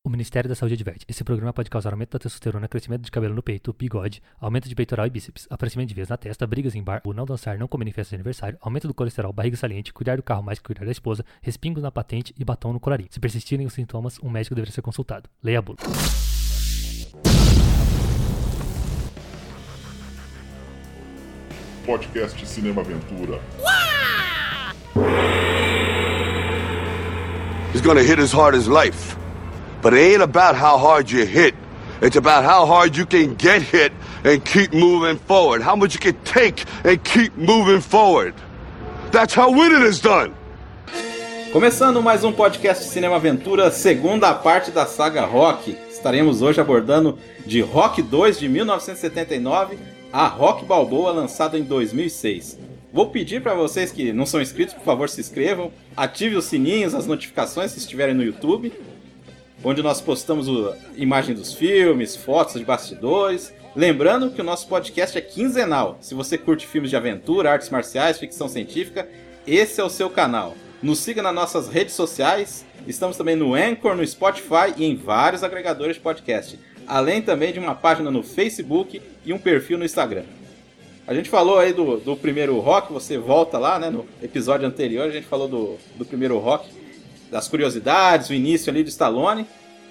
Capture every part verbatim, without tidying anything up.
O Ministério da Saúde adverte. Esse programa pode causar aumento da testosterona, crescimento de cabelo no peito, bigode, aumento de peitoral e bíceps, aparecimento de veias na testa, brigas em bar, o não dançar, não comer em festa de aniversário, aumento do colesterol, barriga saliente, cuidar do carro mais que cuidar da esposa, respingos na patente e batom no colarinho. Se persistirem os sintomas, um médico deverá ser consultado. Leia a bula. Podcast Cinema Aventura. He's gonna hit as hard as life. But it ain't about how hard you hit. It's about how hard you can get hit and keep moving forward. How much you can take and keep moving forward. That's how winning is done. Começando mais um podcast Cinema Aventura, segunda parte da saga Rocky. Estaremos hoje abordando de Rocky dois de mil novecentos e setenta e nove a Rocky Balboa, lançado em dois mil e seis. Vou pedir para vocês que não são inscritos, por favor, se inscrevam, ative os sininhos, as notificações se estiverem no YouTube, onde nós postamos a imagem dos filmes, fotos de bastidores. Lembrando que o nosso podcast é quinzenal. Se você curte filmes de aventura, artes marciais, ficção científica, esse é o seu canal. Nos siga nas nossas redes sociais. Estamos também no Anchor, no Spotify e em vários agregadores de podcast. Além também de uma página no Facebook e um perfil no Instagram. A gente falou aí do, do primeiro Rock, você volta lá, né? No episódio anterior a gente falou do, do primeiro Rock, das curiosidades, o início ali do Stallone.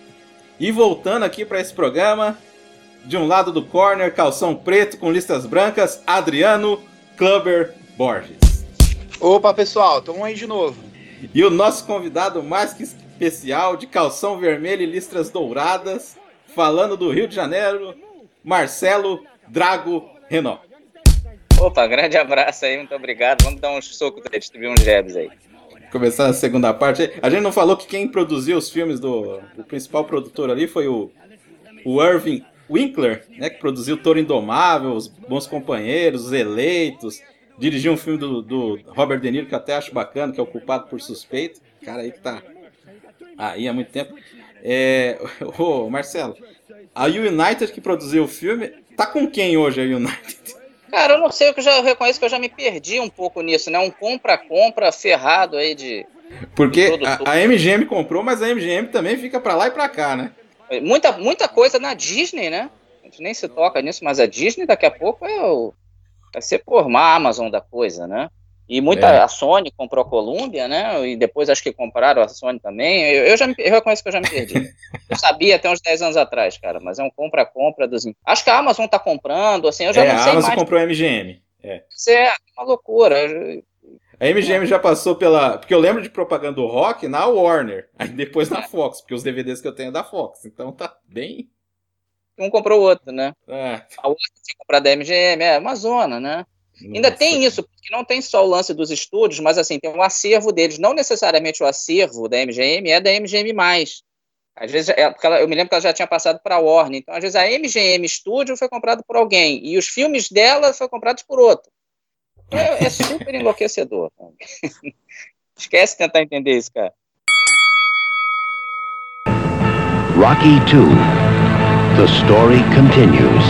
E voltando aqui para esse programa, de um lado do corner, calção preto com listas brancas, Adriano Clubber Borges. Opa, pessoal, tamo aí de novo. E o nosso convidado mais que especial, de calção vermelho e listras douradas, falando do Rio de Janeiro, Marcelo Drago Renault. Opa, grande abraço aí, muito obrigado. Vamos dar uns socos aí, distribuir uns jabs aí. Começar a segunda parte. A gente não falou que quem produziu os filmes do... O principal produtor ali foi o, o Irving Winkler, né? Que produziu Toro Indomável, Os Bons Companheiros, Os Eleitos. Dirigiu um filme do, do Robert De Niro, que eu até acho bacana, que é O Culpado por Suspeito. Cara aí que tá aí há muito tempo. É... Ô, Marcelo, a United que produziu o filme, tá com quem hoje a United? Cara, eu não sei, eu já eu reconheço que eu já me perdi um pouco nisso, né? Um compra-compra ferrado aí de... Porque de a, a M G M comprou, mas a M G M também fica pra lá e pra cá, né? Muita, muita coisa na Disney, né? A gente nem se toca nisso, mas a Disney daqui a pouco é o... vai ser por uma Amazon da coisa, né? E muita... É. A Sony comprou a Columbia, né? E depois acho que compraram a Sony também. Eu, eu já me, eu reconheço que eu já me perdi. Eu sabia até uns dez anos atrás, cara, mas é um compra-compra dos... Acho que a Amazon tá comprando, assim, eu já é, não sei mais. a Amazon comprou a M G M. É. Isso é uma loucura. A M G M já passou pela... Porque eu lembro de propaganda do Rock na Warner, aí depois na Fox, porque os D V Ds que eu tenho é da Fox, então tá bem... Um comprou o outro, né? É. A outra tinha comprado da M G M, é uma zona, né? Nossa. Ainda tem isso, porque não tem só o lance dos estúdios, mas assim, tem um acervo deles, não necessariamente o acervo da M G M é da M G M mais. Às vezes, é, porque ela, eu me lembro que ela já tinha passado para a Warner, então às vezes a M G M Studio foi comprada por alguém, e os filmes dela foram comprados por outro. É, é super enlouquecedor. Esquece de tentar entender isso, cara. Rocky two. The story continues.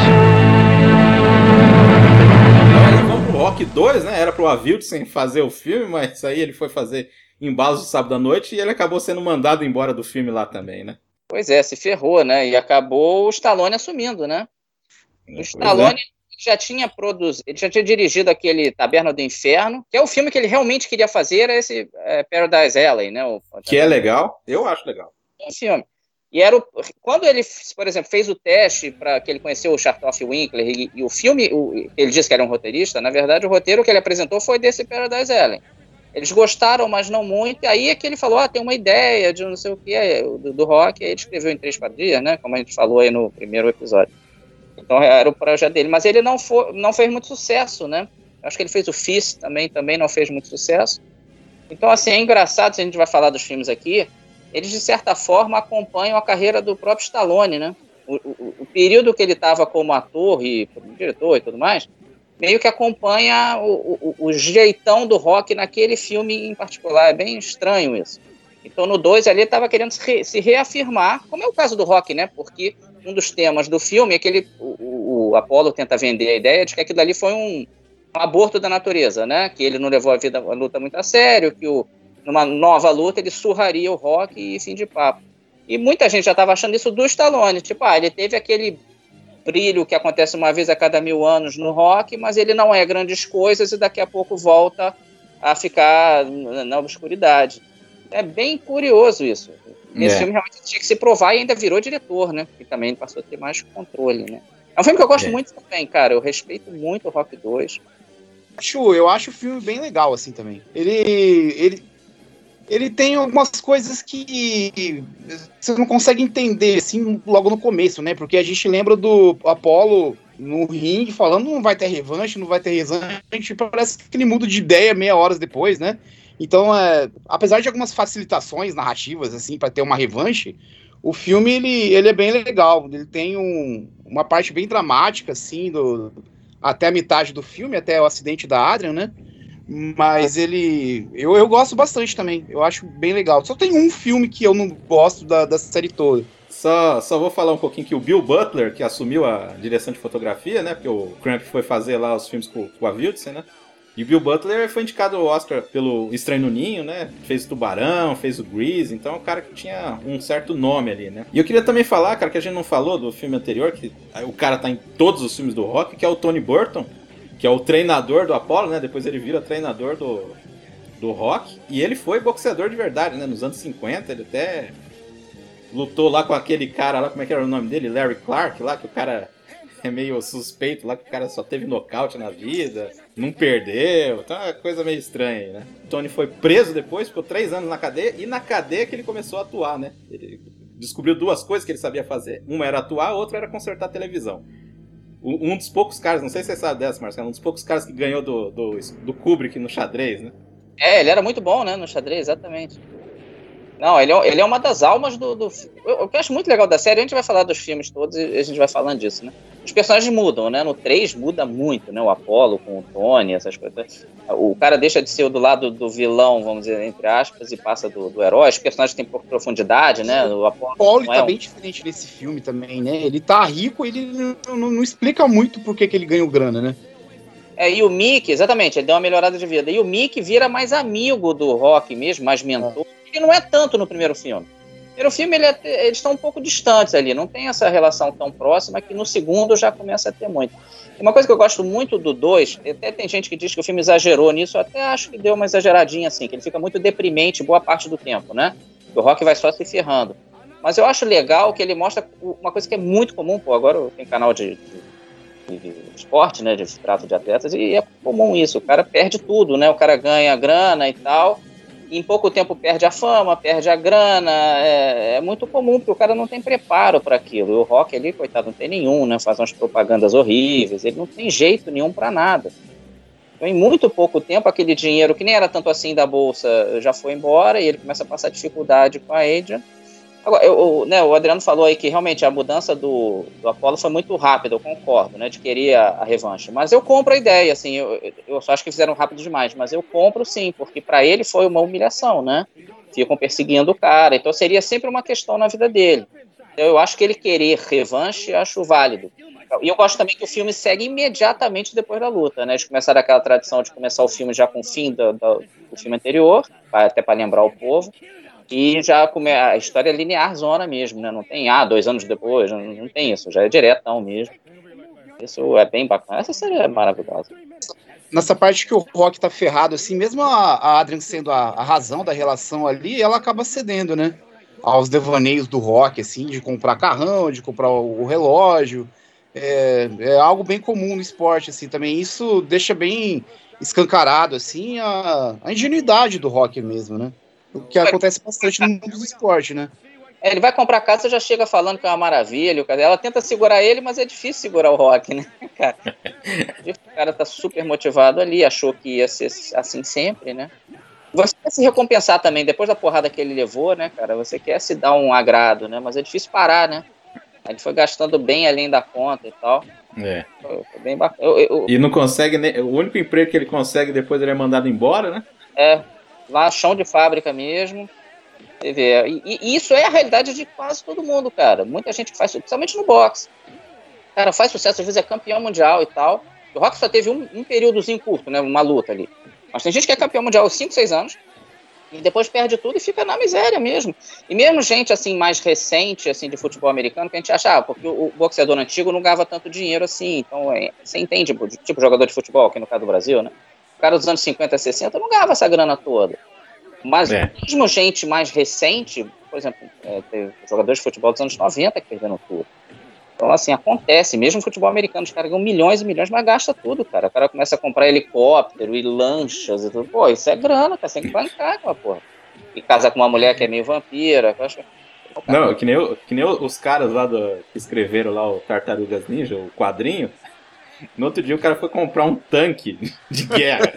Rock dois, né? Era pro Avildsen fazer o filme, mas aí ele foi fazer Embalos de Sábado à Noite e ele acabou sendo mandado embora do filme lá também, né? Pois é, se ferrou, né? E acabou o Stallone assumindo, né? O pois Stallone é. já tinha produzido, ele já tinha dirigido aquele Taberna do Inferno, que é o filme que ele realmente queria fazer, era esse é, Paradise Alley, né? O, que é legal, eu acho legal. É um filme. E era o, quando ele, por exemplo, fez o teste para que ele conheceu o Chartoff Winkler e, e o filme, o, ele disse que era um roteirista, na verdade o roteiro que ele apresentou foi desse Paradise Alley. Eles gostaram, mas não muito, e aí é que ele falou, ah, tem uma ideia de não sei o que, do, do rock, aí ele escreveu em Três Quadrilhas, né, como a gente falou aí no primeiro episódio. Então era o projeto dele, mas ele não, foi, não fez muito sucesso, né, acho que ele fez o Fist também, também não fez muito sucesso. Então assim, é engraçado, se a gente vai falar dos filmes aqui, eles, de certa forma, acompanham a carreira do próprio Stallone, né? O, o, o período que ele estava como ator e como diretor e tudo mais, meio que acompanha o, o, o jeitão do Rock naquele filme em particular. É bem estranho isso. Então, no dois ali, ele estava querendo se, re, se reafirmar, como é o caso do Rock, né? Porque um dos temas do filme é que ele, o, o Apollo tenta vender a ideia de que aquilo ali foi um, um aborto da natureza, né? Que ele não levou a, vida, a luta muito a sério, que o numa nova luta, ele surraria o Rock e fim de papo. E muita gente já estava achando isso do Stallone. Tipo, ah, ele teve aquele brilho que acontece uma vez a cada mil anos no Rock, mas ele não é grandes coisas e daqui a pouco volta a ficar na obscuridade. É bem curioso isso. Nesse É. filme realmente tinha que se provar e ainda virou diretor, né? Que também passou a ter mais controle, né? É um filme que eu gosto É. muito também, cara. Eu respeito muito o Rock dois. Acho, eu acho o filme bem legal, assim, também. Ele, ele, ele tem algumas coisas que você não consegue entender, assim, logo no começo, né? Porque a gente lembra do Apollo no ringue falando não vai ter revanche, não vai ter revanche, parece que ele muda de ideia meia horas depois, né? Então, é, apesar de algumas facilitações narrativas, assim, para ter uma revanche, o filme, ele, ele é bem legal. Ele tem um, uma parte bem dramática, assim, do, até a metade do filme, até o acidente da Adrian, né? Mas ele... Eu, eu gosto bastante também. Eu acho bem legal. Só tem um filme que eu não gosto da, da série toda. Só, só vou falar um pouquinho que o Bill Butler, que assumiu a direção de fotografia, né? Porque o Cramp foi fazer lá os filmes com, com a Wildsen, né? E o Bill Butler foi indicado ao Oscar pelo Estranho no Ninho, né? Fez o Tubarão, fez o Grease, então é um cara que tinha um certo nome ali, né? E eu queria também falar, cara, que a gente não falou do filme anterior, que o cara tá em todos os filmes do Rock, que é o Tony Burton, que é o treinador do Apollo, né? Depois ele vira treinador do, do Rock. E ele foi boxeador de verdade, né? Nos anos cinquenta, ele até lutou lá com aquele cara lá, como é que era o nome dele? Larry Clark, lá, que o cara é meio suspeito lá, que o cara só teve nocaute na vida, não perdeu, então é uma coisa meio estranha aí, né? O Tony foi preso depois, ficou três anos na cadeia, e na cadeia que ele começou a atuar, né? Ele descobriu duas coisas que ele sabia fazer. Uma era atuar, a outra era consertar a televisão. Um dos poucos caras, não sei se você sabe dessa, Marcelo, um dos poucos caras que ganhou do, do, do Kubrick no xadrez, né? É, ele era muito bom, né? No xadrez, exatamente. Não, ele é, ele é uma das almas do... do eu, o que eu acho muito legal da série, a gente vai falar dos filmes todos e a gente vai falando disso, né? Os personagens mudam, né? No três muda muito, né? O Apollo com o Tony, essas coisas. O cara deixa de ser do lado do vilão, vamos dizer, entre aspas, e passa do, do herói. Os personagens têm pouca profundidade, né? O Apollo O Paulo não tá é um... bem diferente nesse filme também, né? Ele tá rico, ele não, não, não explica muito por que, que ele ganha o grana, né? É, e o Mickey, exatamente, ele deu uma melhorada de vida. E o Mickey vira mais amigo do Rock mesmo, mais mentor. É. Ele não é tanto no primeiro filme. No primeiro filme ele é, eles estão um pouco distantes ali, não tem essa relação tão próxima, que no segundo já começa a ter muito. E uma coisa que eu gosto muito do dois, até tem gente que diz que o filme exagerou nisso, eu até acho que deu uma exageradinha assim, que ele fica muito deprimente boa parte do tempo, né? O Rock vai só se ferrando. Mas eu acho legal que ele mostra uma coisa que é muito comum, pô, agora tem canal de... de... de esporte, né, de trato de atletas, e é comum isso, o cara perde tudo, né, o cara ganha grana e tal, e em pouco tempo perde a fama, perde a grana, é, é muito comum, porque o cara não tem preparo para aquilo, e o Rock ali, coitado, não tem nenhum, né, faz umas propagandas horríveis, ele não tem jeito nenhum para nada. Então, em muito pouco tempo, aquele dinheiro, que nem era tanto assim da bolsa, já foi embora, e ele começa a passar dificuldade com a Adrian. Agora, eu, né, o Adriano falou aí que realmente a mudança do, do Apollo foi muito rápida, eu concordo, né, de querer a, a revanche, mas eu compro a ideia, assim, eu, eu só acho que fizeram rápido demais, mas eu compro sim, porque para ele foi uma humilhação, né, ficam perseguindo o cara, então seria sempre uma questão na vida dele, então eu acho que ele querer revanche, acho válido, e eu gosto também que o filme segue imediatamente depois da luta, né, eles começaram aquela tradição de começar o filme já com o fim do, do, do filme anterior, até para lembrar o povo. E já come... a história é linear zona mesmo, né? Não tem, ah, dois anos depois, não, não tem isso, já é diretão mesmo. Isso é bem bacana, essa série é maravilhosa. Nessa parte que o Rock tá ferrado, assim, mesmo a, a Adrian sendo a, a razão da relação ali, ela acaba cedendo, né? Aos devaneios do Rock, assim, de comprar carrão, de comprar o, o relógio. É, é algo bem comum no esporte, assim, também. Isso deixa bem escancarado, assim, a, a ingenuidade do Rock mesmo, né? O que acontece bastante no mundo do esporte, né? É, ele vai comprar casa e já chega falando que é uma maravilha. Ela tenta segurar ele, mas é difícil segurar o Rock, né, cara? O cara tá super motivado ali, achou que ia ser assim sempre, né? Você quer se recompensar também, depois da porrada que ele levou, né, cara? Você quer se dar um agrado, né? Mas é difícil parar, né? Ele foi gastando bem além da conta e tal. É. Foi, foi bem bacana. Eu, eu... E não consegue, né? O único emprego que ele consegue depois ele é mandado embora, né? É. Lá, chão de fábrica mesmo. E, e isso é a realidade de quase todo mundo, cara. Muita gente que faz, principalmente no boxe. Cara, faz sucesso, às vezes é campeão mundial e tal. O Rock só teve um, um períodozinho curto, né? Uma luta ali. Mas tem gente que é campeão mundial há cinco, seis anos. E depois perde tudo e fica na miséria mesmo. E mesmo gente assim mais recente assim de futebol americano, que a gente achava, porque o, o boxeador antigo não ganhava tanto dinheiro assim. Então, é, você entende, tipo, tipo jogador de futebol, aqui no caso do Brasil, né? O cara dos anos cinquenta, sessenta não ganhava essa grana toda. Mas é. mesmo gente mais recente, por exemplo, é, teve jogadores de futebol dos anos noventa que perderam tudo. Então, assim, acontece. Mesmo no futebol americano, os caras ganham milhões e milhões, mas gasta tudo, cara. O cara começa a comprar helicóptero e lanchas e tudo. Pô, isso é grana, cara. Você tem que bancar aquela porra. E casar com uma mulher que é meio vampira. Eu acho... Não, que nem, eu, que nem os caras lá do, que escreveram lá o Tartarugas Ninja, o quadrinho. No outro dia o cara foi comprar um tanque de guerra.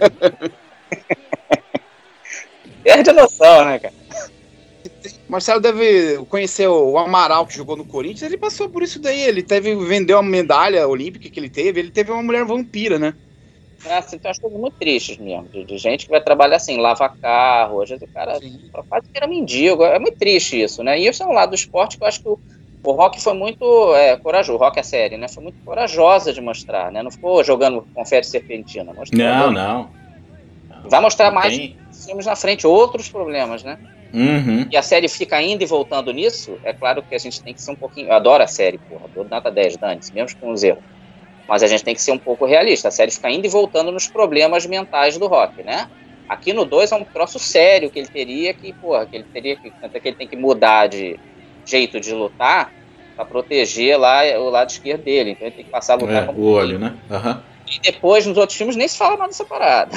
Perde a noção, né, cara? Marcelo deve conhecer o Amaral, que jogou no Corinthians. Ele passou por isso daí. Ele teve, vendeu a medalha olímpica que ele teve. Ele teve uma mulher vampira, né? É, assim, tem umas coisas muito tristes mesmo. De, de gente que vai trabalhar assim, lava carro. Às vezes o cara quase que era mendigo. É muito triste isso, né? E isso é um lado do esporte que eu acho que o, o Rock foi muito é, corajoso. O Rock, a série, né? Foi muito corajosa de mostrar, né? Não ficou jogando confete serpentina. Mostrou, não, não, não. Vai mostrar não mais tem... filmes na frente, outros problemas, né? Uhum. E a série fica indo e voltando nisso. É claro que a gente tem que ser um pouquinho... Eu adoro a série, porra. Adoro nota dez, dane-se, mesmo com os erros. Mas a gente tem que ser um pouco realista. A série fica indo e voltando nos problemas mentais do Rock, né? Aqui no dois é um troço sério que ele teria que... Porra, que ele teria que... que ele tem que mudar de jeito de lutar pra proteger lá o lado esquerdo dele. Então ele tem que passar a lutar é, como... o olho, né? Uhum. E depois, nos outros filmes, nem se fala mais dessa parada.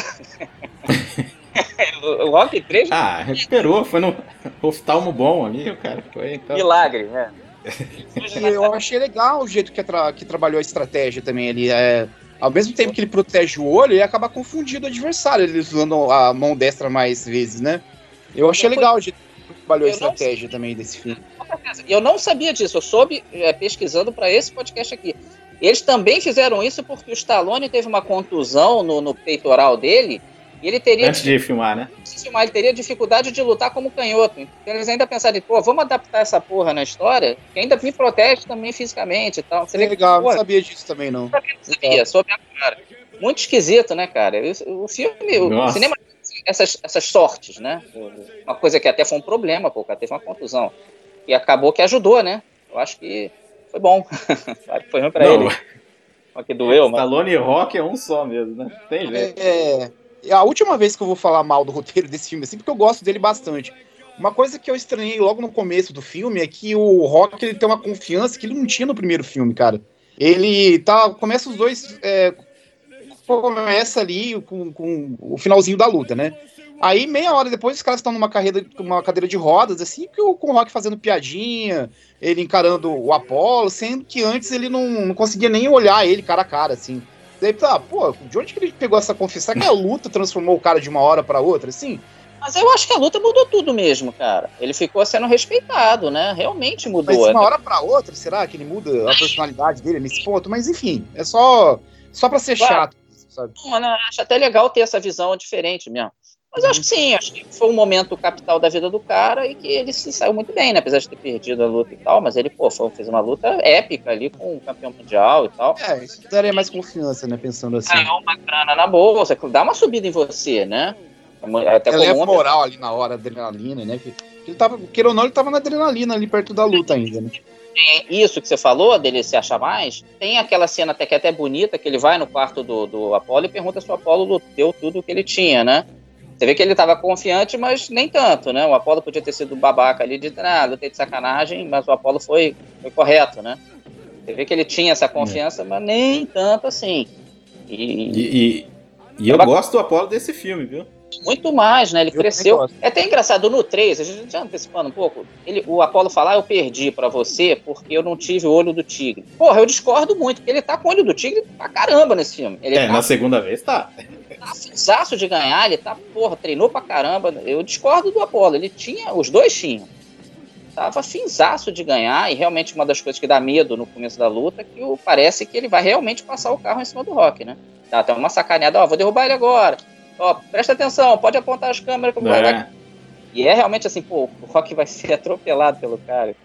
O Rock três... Ah, recuperou, foi no oftalmo bom ali, o cara foi, então... Milagre, né? Eu achei legal o jeito que, tra- que trabalhou a estratégia também ali. É, ao mesmo tempo que ele protege o olho, ele acaba confundindo o adversário, ele usando a mão destra mais vezes, né? Eu achei legal o jeito que trabalhou a estratégia também desse filme. Eu não sabia disso, eu soube é, pesquisando para esse podcast aqui. Eles também fizeram isso porque o Stallone teve uma contusão no, no peitoral dele. E ele teria Antes de filmar, né? Antes de filmar, ele teria dificuldade de lutar como canhoto. Então eles ainda pensaram, pô, vamos adaptar essa porra na história, que ainda me protege também fisicamente e tal. Você é vê legal, que, não sabia disso também, não. Não sabia, soube agora. Muito esquisito, né, cara? O filme, Nossa. o cinema, essas, essas sortes, né? Uma coisa que até foi um problema, pô, o cara teve uma contusão. E acabou que ajudou, né? Eu acho que foi bom. Foi ruim pra não, ele. Só que doeu, mas... Stallone e Rock é um só mesmo, né? Tem jeito. É... É a última vez que eu vou falar mal do roteiro desse filme, assim, porque eu gosto dele bastante. Uma coisa que eu estranhei logo no começo do filme é que o Rock ele tem uma confiança que ele não tinha no primeiro filme, cara. Ele tá. Começa os dois. É, começa ali com, com o finalzinho da luta, né? Aí, meia hora depois, os caras estão numa carreira, uma cadeira de rodas, assim, que o, com o Rock fazendo piadinha, ele encarando o Apollo, sendo que antes ele não, não conseguia nem olhar ele cara a cara, assim. Daí, tá, pô, de onde que ele pegou essa confiança? Será que a luta transformou o cara de uma hora pra outra, assim? Mas eu acho que a luta mudou tudo mesmo, cara. Ele ficou sendo respeitado, né? Realmente mudou. Mas de uma hora pra outra, será que ele muda a personalidade dele nesse ponto? Mas enfim, é só, só pra ser claro. chato, sabe? Não, não, acho até legal ter essa visão diferente mesmo. Mas eu acho que sim, acho que foi um momento capital da vida do cara e que ele se saiu muito bem, né? Apesar de ter perdido a luta e tal, mas ele, pô, foi, fez uma luta épica ali com o campeão mundial e tal. É, isso daria mais confiança, né? Pensando assim. Ganhou uma grana na bolsa, dá uma subida em você, né? Até Ela leva moral ali na hora, adrenalina, né? Que ele tava, queira ou não, ele tava na adrenalina ali perto da luta ainda, né? Isso que você falou, dele se achar mais, tem aquela cena até que é até bonita, que ele vai no quarto do, do Apollo e pergunta se o Apollo deu tudo o que ele tinha, né? Você vê que ele estava confiante, mas nem tanto, né? O Apollo podia ter sido babaca ali, de nada, lutei de sacanagem, mas o Apollo foi, foi correto, né? Você vê que ele tinha essa confiança, é. mas nem tanto assim. E, e, e, e eu gosto do Apollo desse filme, viu? Muito mais, né? Ele eu cresceu. É até engraçado, no três, a gente já antecipando um pouco, ele, o Apollo fala, ah, eu perdi pra você porque eu não tive o olho do tigre. Porra, eu discordo muito, porque ele tá com o olho do tigre pra caramba nesse filme. Ele é, tá, na segunda vez tá. Tá finzaço de ganhar, ele tá, porra, treinou pra caramba. Eu discordo do Apollo, ele tinha, os dois tinham. Tava finzaço de ganhar, e realmente uma das coisas que dá medo no começo da luta é que o, parece que ele vai realmente passar o carro em cima do Rock, né? Tá, tem uma sacaneada, ó, vou derrubar ele agora. Ó, presta atenção, pode apontar as câmeras como é. vai. E é realmente assim, pô, o Rock vai ser atropelado pelo cara e tal.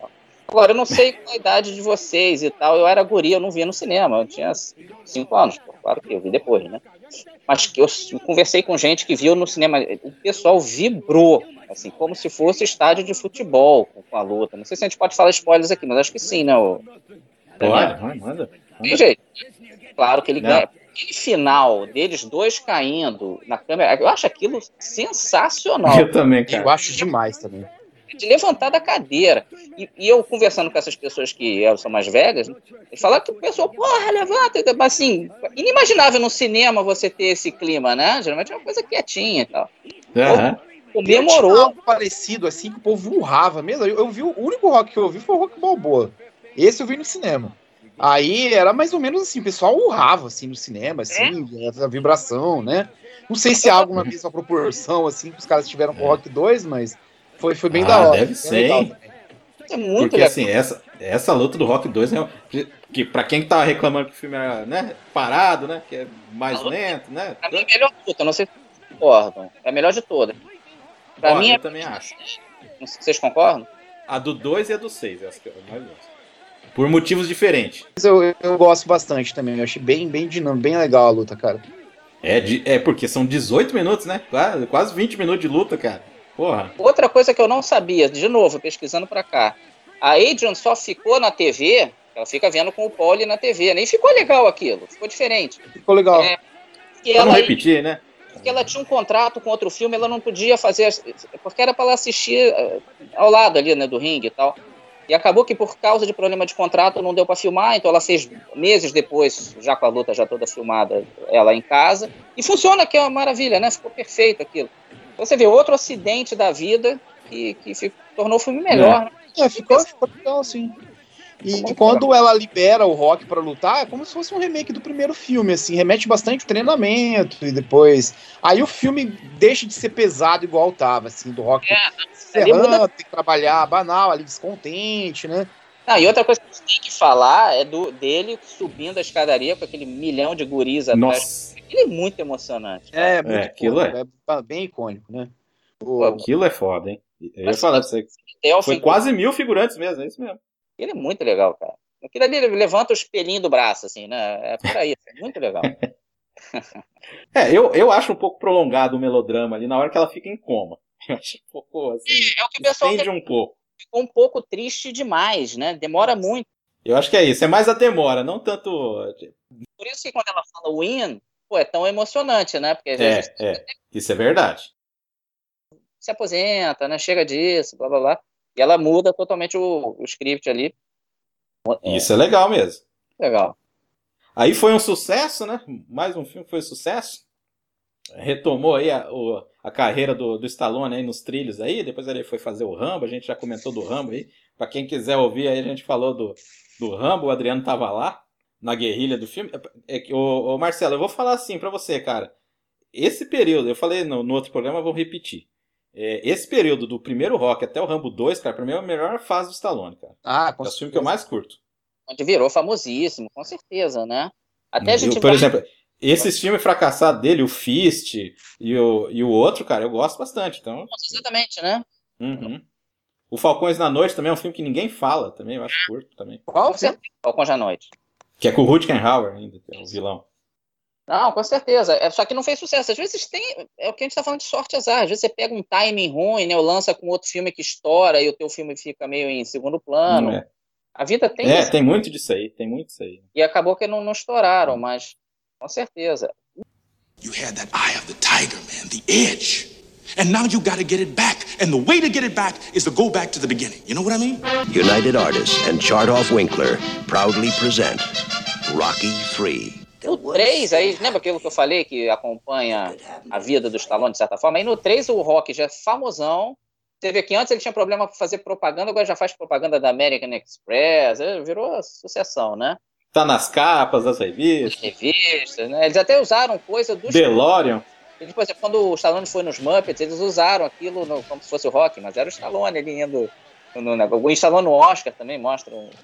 Agora, eu não sei qual a idade de vocês e tal, eu era guri, eu não via no cinema, eu tinha cinco anos, pô, claro que eu vi depois, né? Mas que eu conversei com gente que viu no cinema, o pessoal vibrou, assim, como se fosse estádio de futebol com a luta. Não sei se a gente pode falar spoilers aqui, mas acho que sim, né? O... Pode, manda, manda. Tem jeito. Claro que ele Não. ganha. Aquele final deles dois caindo na câmera, eu acho aquilo sensacional. Eu também, cara. Eu acho demais também. De levantar da cadeira. E, e eu conversando com essas pessoas que são mais velhas, né, eles falaram que o pessoal, porra, levanta. Mas assim, inimaginável no cinema você ter esse clima, né? Geralmente é uma coisa quietinha e tal. Aham. Comemorou. Tinha algo parecido assim que o povo urrava mesmo. Eu, eu vi o único rock que eu ouvi foi o Rock Balboa. Esse eu vi no cinema. Aí era mais ou menos assim, o pessoal urrava assim no cinema, assim, é? A vibração, né? Não sei se é algo na mesma proporção assim que os caras tiveram com o Rock dois, mas foi, foi bem Ah, da hora. deve bem ser, legal hein? também. É muito Porque legal. assim, essa, essa luta do Rock dois, né, que pra quem tava reclamando que o filme era, né, parado, né, que é mais lento, né? Pra mim é a melhor luta, não sei se vocês concordam. É a melhor de todas. Pra Ó, mim eu é... também acho. Não sei se vocês concordam? A do dois e a do seis, essa que eu mais gosto. Por motivos diferentes. Mas eu, eu gosto bastante também. Eu achei bem, bem dinâmico, bem legal a luta, cara. É, de, é porque são dezoito minutos, né? Quase, quase vinte minutos de luta, cara. Porra. Outra coisa que eu não sabia, de novo, pesquisando pra cá. A Adrian só ficou na T V, ela fica vendo com o Pauli na T V, nem ficou legal aquilo, ficou diferente. Ficou legal. É, que Pra não ela, repetir, né? porque ela tinha um contrato com outro filme, ela não podia fazer, porque era pra ela assistir uh, ao lado ali, né, do ringue e tal. E acabou que por causa de problema de contrato não deu pra filmar, então ela fez meses depois, já com a luta já toda filmada, ela em casa. E funciona, que é uma maravilha, né? Ficou perfeito aquilo. Então você vê outro acidente da vida que, que ficou, tornou o filme melhor, né? É, ficou, ficou legal, assim. E, e quando ela libera o Rock pra lutar, é como se fosse um remake do primeiro filme, assim, remete bastante o treinamento e depois... Aí o filme deixa de ser pesado igual tava, assim, do Rock É, se ferrando, tem que trabalhar banal, ali descontente, né? Ah, e outra coisa que a gente tem que falar é do, dele subindo a escadaria com aquele milhão de guris atrás. Nossa, Ele é muito emocionante. cara. É, muito aquilo icônico, é bem icônico, né? O- aquilo é foda, hein? Eu ia Mas- falar pra você. Até o Foi fim, quase mil figurantes mesmo, é isso mesmo. Ele é muito legal, cara. Aquilo ali ele levanta o espelhinho do braço, assim, né? É por aí, é muito legal. É, eu, eu acho um pouco prolongado o melodrama ali na hora que ela fica em coma. Eu acho um pouco assim. É o que o pessoal Estende um pouco. ficou um pouco triste demais, né? Demora muito. Eu acho que é isso, é mais a demora, não tanto. Por isso que quando ela fala win, pô, é tão emocionante, né? Porque às vezes É, é. Isso é verdade. se aposenta, né? Chega disso, blá blá blá. E ela muda totalmente o, o script ali. É, Isso é legal mesmo. legal. Aí foi um sucesso, né? Mais um filme que foi um sucesso. Retomou aí a, o- a carreira do, do Stallone aí nos trilhos aí. Depois ele foi fazer o Rambo. A gente já comentou do Rambo aí. Pra quem quiser ouvir aí, a gente falou do, do Rambo. O Adriano tava lá na guerrilha do filme. É, que- ô, ô, Marcelo, eu vou falar assim pra você, cara. Esse período, eu falei no, no outro programa, eu vou repetir. É, esse período do primeiro Rock até o Rambo dois, cara, pra mim é a melhor fase do Stallone, cara. Ah, com É o filme que eu mais curto. Onde virou famosíssimo, com certeza, né? Até a gente Eu, por vai- exemplo, esses filmes fracassados dele, o Fist e o, e o outro, cara, eu gosto bastante. Então, Exatamente, né? uhum. O Falcões na Noite também é um filme que ninguém fala, também eu acho curto também. Qual Com certeza. Falcões da Noite. Que é com o Rutger-Hauer ainda, que é o vilão. Não, com certeza. É, só que não fez sucesso. Às vezes tem. É o que a gente está falando de sorte e azar. Às vezes você pega um timing ruim, né? Ou lança com outro filme que estoura e o teu filme fica meio em segundo plano. Não é. A vida tem É, isso. tem muito disso aí, tem muito disso aí. E acabou que não, não estouraram, mas com certeza. You had that eye of the tiger, man, the edge. And now you gotta get it back. And the way to get it back is to go back to the beginning. You know what I mean? United Artists and Chartoff Winkler proudly present Rocky three. O três, aí, lembra aquilo que eu falei que acompanha a vida do Stallone de certa forma? Aí no três o Rock já é famosão. Você vê que antes ele tinha problema com fazer propaganda, agora já faz propaganda da American Express, é, virou sucessão, né? Tá nas capas das revistas. Revistas, né? Eles até usaram coisa do DeLorean. Eles, por exemplo, quando o Stallone foi nos Muppets, eles usaram aquilo no- como se fosse o Rock, mas era o Stallone ele indo. No, no, o Stallone no Oscar também mostra um,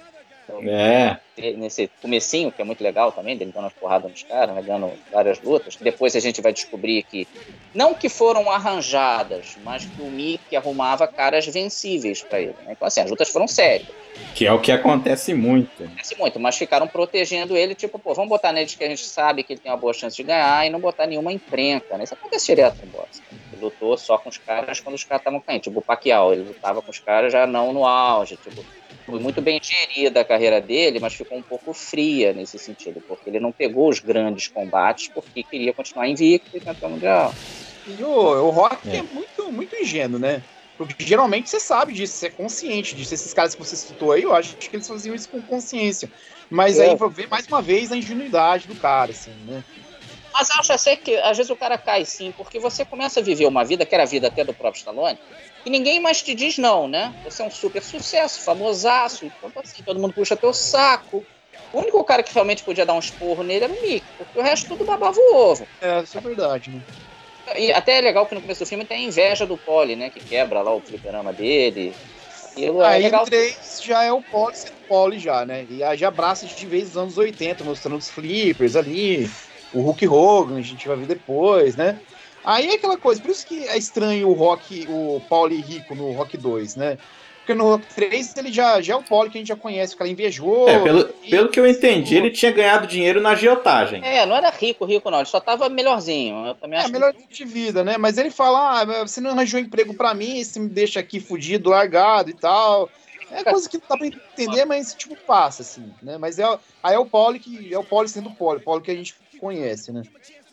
É. Nesse comecinho, que é muito legal também, dele dando umas porradas nos caras, né, ganhando várias lutas. Depois a gente vai descobrir que, não que foram arranjadas, mas que o Mickey arrumava caras vencíveis pra ele, né? Então assim, as lutas foram sérias. Que é o que acontece muito. Acontece muito, mas ficaram protegendo ele, tipo, pô, vamos botar neles que a gente sabe que ele tem uma boa chance de ganhar e não botar nenhuma encrenca, né? Isso acontece direto no boxe. Ele lutou só com os caras quando os caras estavam caindo. Tipo, o Pacquiao, ele lutava com os caras já não no auge, tipo... Foi muito bem gerida a carreira dele, mas ficou um pouco fria nesse sentido, porque ele não pegou os grandes combates porque queria continuar invicto e campeão mundial. E o, o Rock é. é muito, muito ingênuo, né? Porque geralmente você sabe disso, você é consciente disso. Esses caras que você citou aí, eu acho que eles faziam isso com consciência. Mas é. aí vou ver mais uma vez a ingenuidade do cara, assim, né? Mas acho assim que às vezes o cara cai sim, porque você começa a viver uma vida, que era a vida até do próprio Stallone, e ninguém mais te diz não, né? Você é um super sucesso, famosaço, então assim, todo mundo puxa teu saco. O único cara que realmente podia dar um esporro nele era o Mickey, porque o resto tudo babava o ovo. É, isso é verdade, né? E até é legal que no começo do filme tem a inveja do Paulie, né? Que quebra lá o fliperama dele. Aquilo é aí legal. Aí três já é o Paulie sendo Paulie já, né? E aí já abraça de vez os anos oitenta, mostrando os flippers ali, o Hulk Hogan, a gente vai ver depois, né? Aí é aquela coisa, por isso que é estranho o Rock, o Paulie rico no Rock dois, né? Porque no Rock três ele já, já é o Paulie que a gente já conhece, o cara invejoso. É, pelo, e... pelo que eu entendi, ele tinha ganhado dinheiro na agiotagem. É, não era rico, rico não, ele só tava melhorzinho. Eu também acho é, melhor que... de vida, né? Mas ele fala, ah, você não arranjou emprego pra mim, você me deixa aqui fudido, largado e tal. É coisa que não dá pra entender, mas tipo, passa, assim, né? Mas é, aí é o Paulie que é o Paulie sendo o Paulie, o Paulie que a gente conhece, né?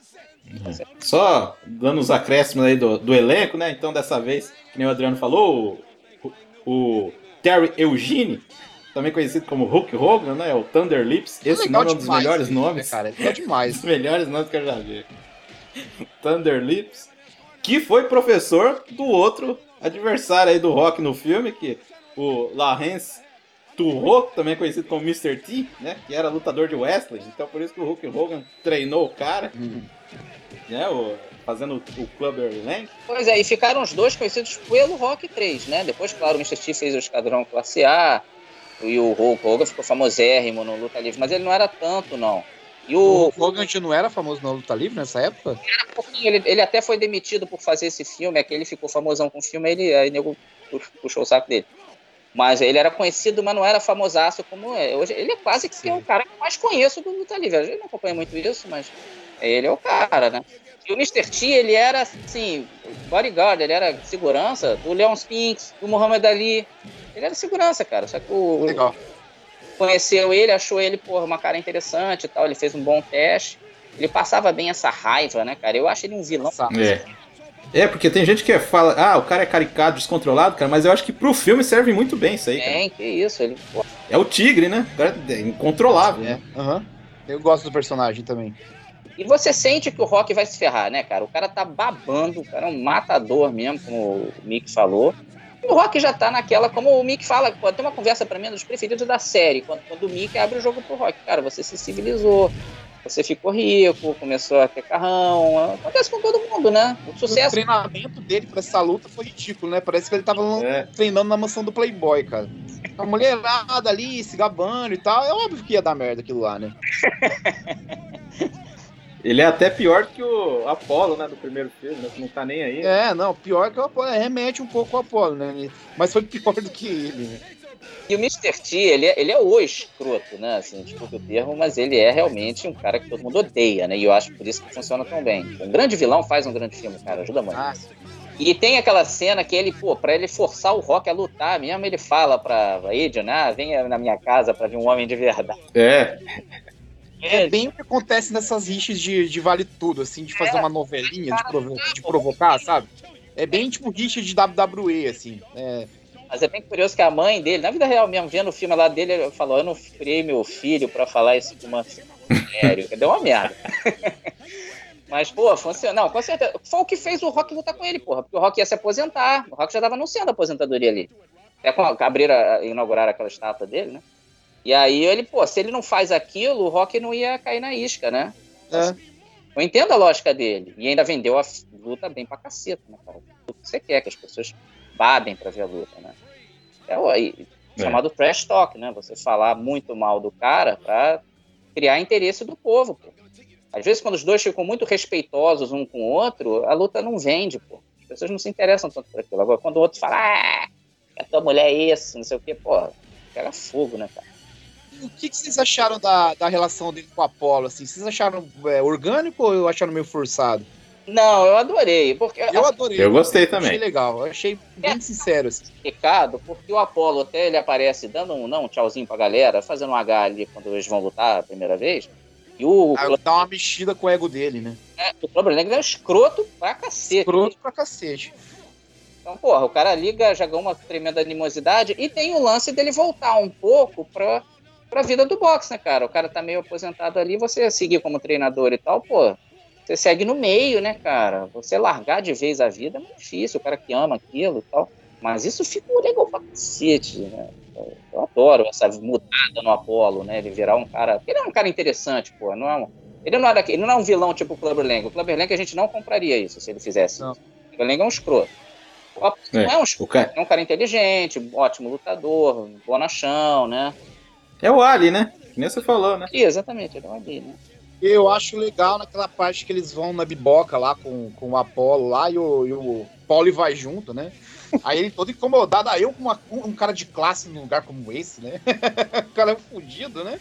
É. Só dando os acréscimos aí do, do elenco, né? Então, dessa vez, que nem o Adriano falou, o, o Terry Eugene, também conhecido como Hulk Hogan, né? O Thunder Lips. Esse nome é um dos demais, melhores isso, nomes. Né, cara? É demais. Um dos melhores nomes que eu já vi. Thunder Lips, que foi professor do outro adversário aí do Rock no filme, que o Lawrence Turro, também conhecido como mister T, né? Que era lutador de wrestling. Então, por isso que o Hulk Hogan treinou o cara. Hum. Né, o, fazendo o Clubber Lang. Pois é, e ficaram os dois conhecidos pelo Rock três, né? Depois, claro, o mister T fez o Esquadrão Classe A, e o Hulk Hogan ficou famosérrimo no Luta Livre, mas ele não era tanto, não. E o, o Hogan não era famoso na Luta Livre nessa época? Era um pouquinho, ele, ele até foi demitido por fazer esse filme, é que ele ficou famosão com o filme, aí ele, aí nego puxou o saco dele. Mas ele era conhecido, mas não era famosaço como é. Hoje ele é quase que é o cara que eu mais conheço do Luta Livre. A gente não acompanha muito isso, mas ele é o cara, né? E o mister T, ele era, assim, bodyguard, ele era segurança do Leon Spinks, do Muhammad Ali. Ele era segurança, cara. Só que o... Legal. Conheceu ele, achou ele, porra, uma cara interessante e tal. Ele fez um bom teste. Ele passava bem essa raiva, né, cara? Eu acho ele um vilão. É. É, porque tem gente que fala, ah, o cara é caricato, descontrolado, cara, mas eu acho que pro filme serve muito bem isso aí, cara. É, que isso, ele... Pô. É o tigre, né? O cara é incontrolável. É, aham. Uhum. Eu gosto do personagem também. E você sente que o Rock vai se ferrar, né, cara? O cara tá babando, o cara é um matador mesmo, como o Mick falou. E o Rock já tá naquela, como o Mick fala, pô, tem uma conversa pra mim dos preferidos da série, quando, quando o Mick abre o jogo pro Rock. Cara, você se civilizou. Você ficou rico, começou a ter carrão. Acontece com todo mundo, né? O sucesso. O treinamento dele pra essa luta foi ridículo, né? Parece que ele tava é. treinando na mansão do Playboy, cara. A mulherada ali, se gabando e tal. É óbvio que ia dar merda aquilo lá, né? Ele é até pior que o Apollo, né? Do primeiro filme, né? Que não tá nem aí. É, não, pior que o Apollo. É, remete um pouco ao Apollo, né? Mas foi pior do que ele, né? E o mister T, ele é, ele é o escroto, né? Assim, desculpa o termo, mas ele é realmente um cara que todo mundo odeia, né? E eu acho por isso que funciona tão bem. Um grande vilão faz um grande filme, cara. Ajuda muito. Ah, e tem aquela cena que ele, pô, pra ele forçar o Rock a lutar mesmo, ele fala pra Adrian, ah, venha na minha casa pra ver um homem de verdade. É. É bem o que acontece nessas rixas de, de vale tudo, assim, de fazer é, uma novelinha, de, provo de provocar, sabe? É bem tipo rixa de W W E, assim. É... Mas é bem curioso que a mãe dele, na vida real mesmo, vendo o filme lá dele, ele falou, eu não criei meu filho pra falar isso com uma sério, deu uma merda. Mas, pô, funcionou. Não, com certeza. Foi o que fez o Rock lutar com ele, porra. Porque o Rock ia se aposentar. O Rock já tava anunciando a aposentadoria ali. Até abriram, inauguraram aquela estátua dele, né? E aí ele, pô, se ele não faz aquilo, o Rock não ia cair na isca, né? É. Eu entendo a lógica dele. E ainda vendeu a luta bem pra caceta, né, cara? Tudo que você quer, que as pessoas babem pra ver a luta, né? É, É. Chamado trash talk, né? Você falar muito mal do cara pra criar interesse do povo, pô. Às vezes, quando os dois ficam muito respeitosos um com o outro, a luta não vende, pô. As pessoas não se interessam tanto por aquilo. Agora, quando o outro fala, ah, a tua mulher é isso, não sei o quê, pô, pega fogo, né, cara? O que, que vocês acharam da, da relação dele com o Apollo, assim? Vocês acharam é, orgânico ou acharam meio forçado? Não, eu adorei, porque... Eu adorei. Eu gostei eu também. Achei legal, eu achei bem sincero, assim. Ricardo, porque o Apollo até ele aparece dando um, não, um tchauzinho pra galera, fazendo um H ali quando eles vão lutar a primeira vez, e o... Aí dá uma mexida com o ego dele, né? É, o Clubber Lang é um escroto pra cacete. Escroto pra cacete. Então, porra, o cara liga, já ganhou uma tremenda animosidade, e tem o lance dele voltar um pouco pra, pra vida do boxe, né, cara? O cara tá meio aposentado ali, você seguir como treinador e tal, pô, você segue no meio, né, cara? Você largar de vez a vida é muito difícil, o cara que ama aquilo e tal. Mas isso ficou legal pra cacete, né? Eu adoro essa mudada no Apollo, né? Ele virar um cara... Ele é um cara interessante, pô. Não é um... ele, não é daqui... ele não é um vilão tipo o Clubber Lang. O Clubber Lang a gente não compraria isso se ele fizesse não. isso. O Clubber Lang é um escroto. O Apollo É, não é um escroto. cara... É um cara inteligente, ótimo lutador, bonachão, né? É o Ali, né? Nem você falou, né? E, exatamente, ele é um Ali, né? Eu acho legal naquela parte que eles vão na biboca lá com, com o Apollo lá e o, e o Paulo vai junto, né? Aí ele todo incomodado, aí eu com uma, um cara de classe num lugar como esse, né? O cara é fudido, né?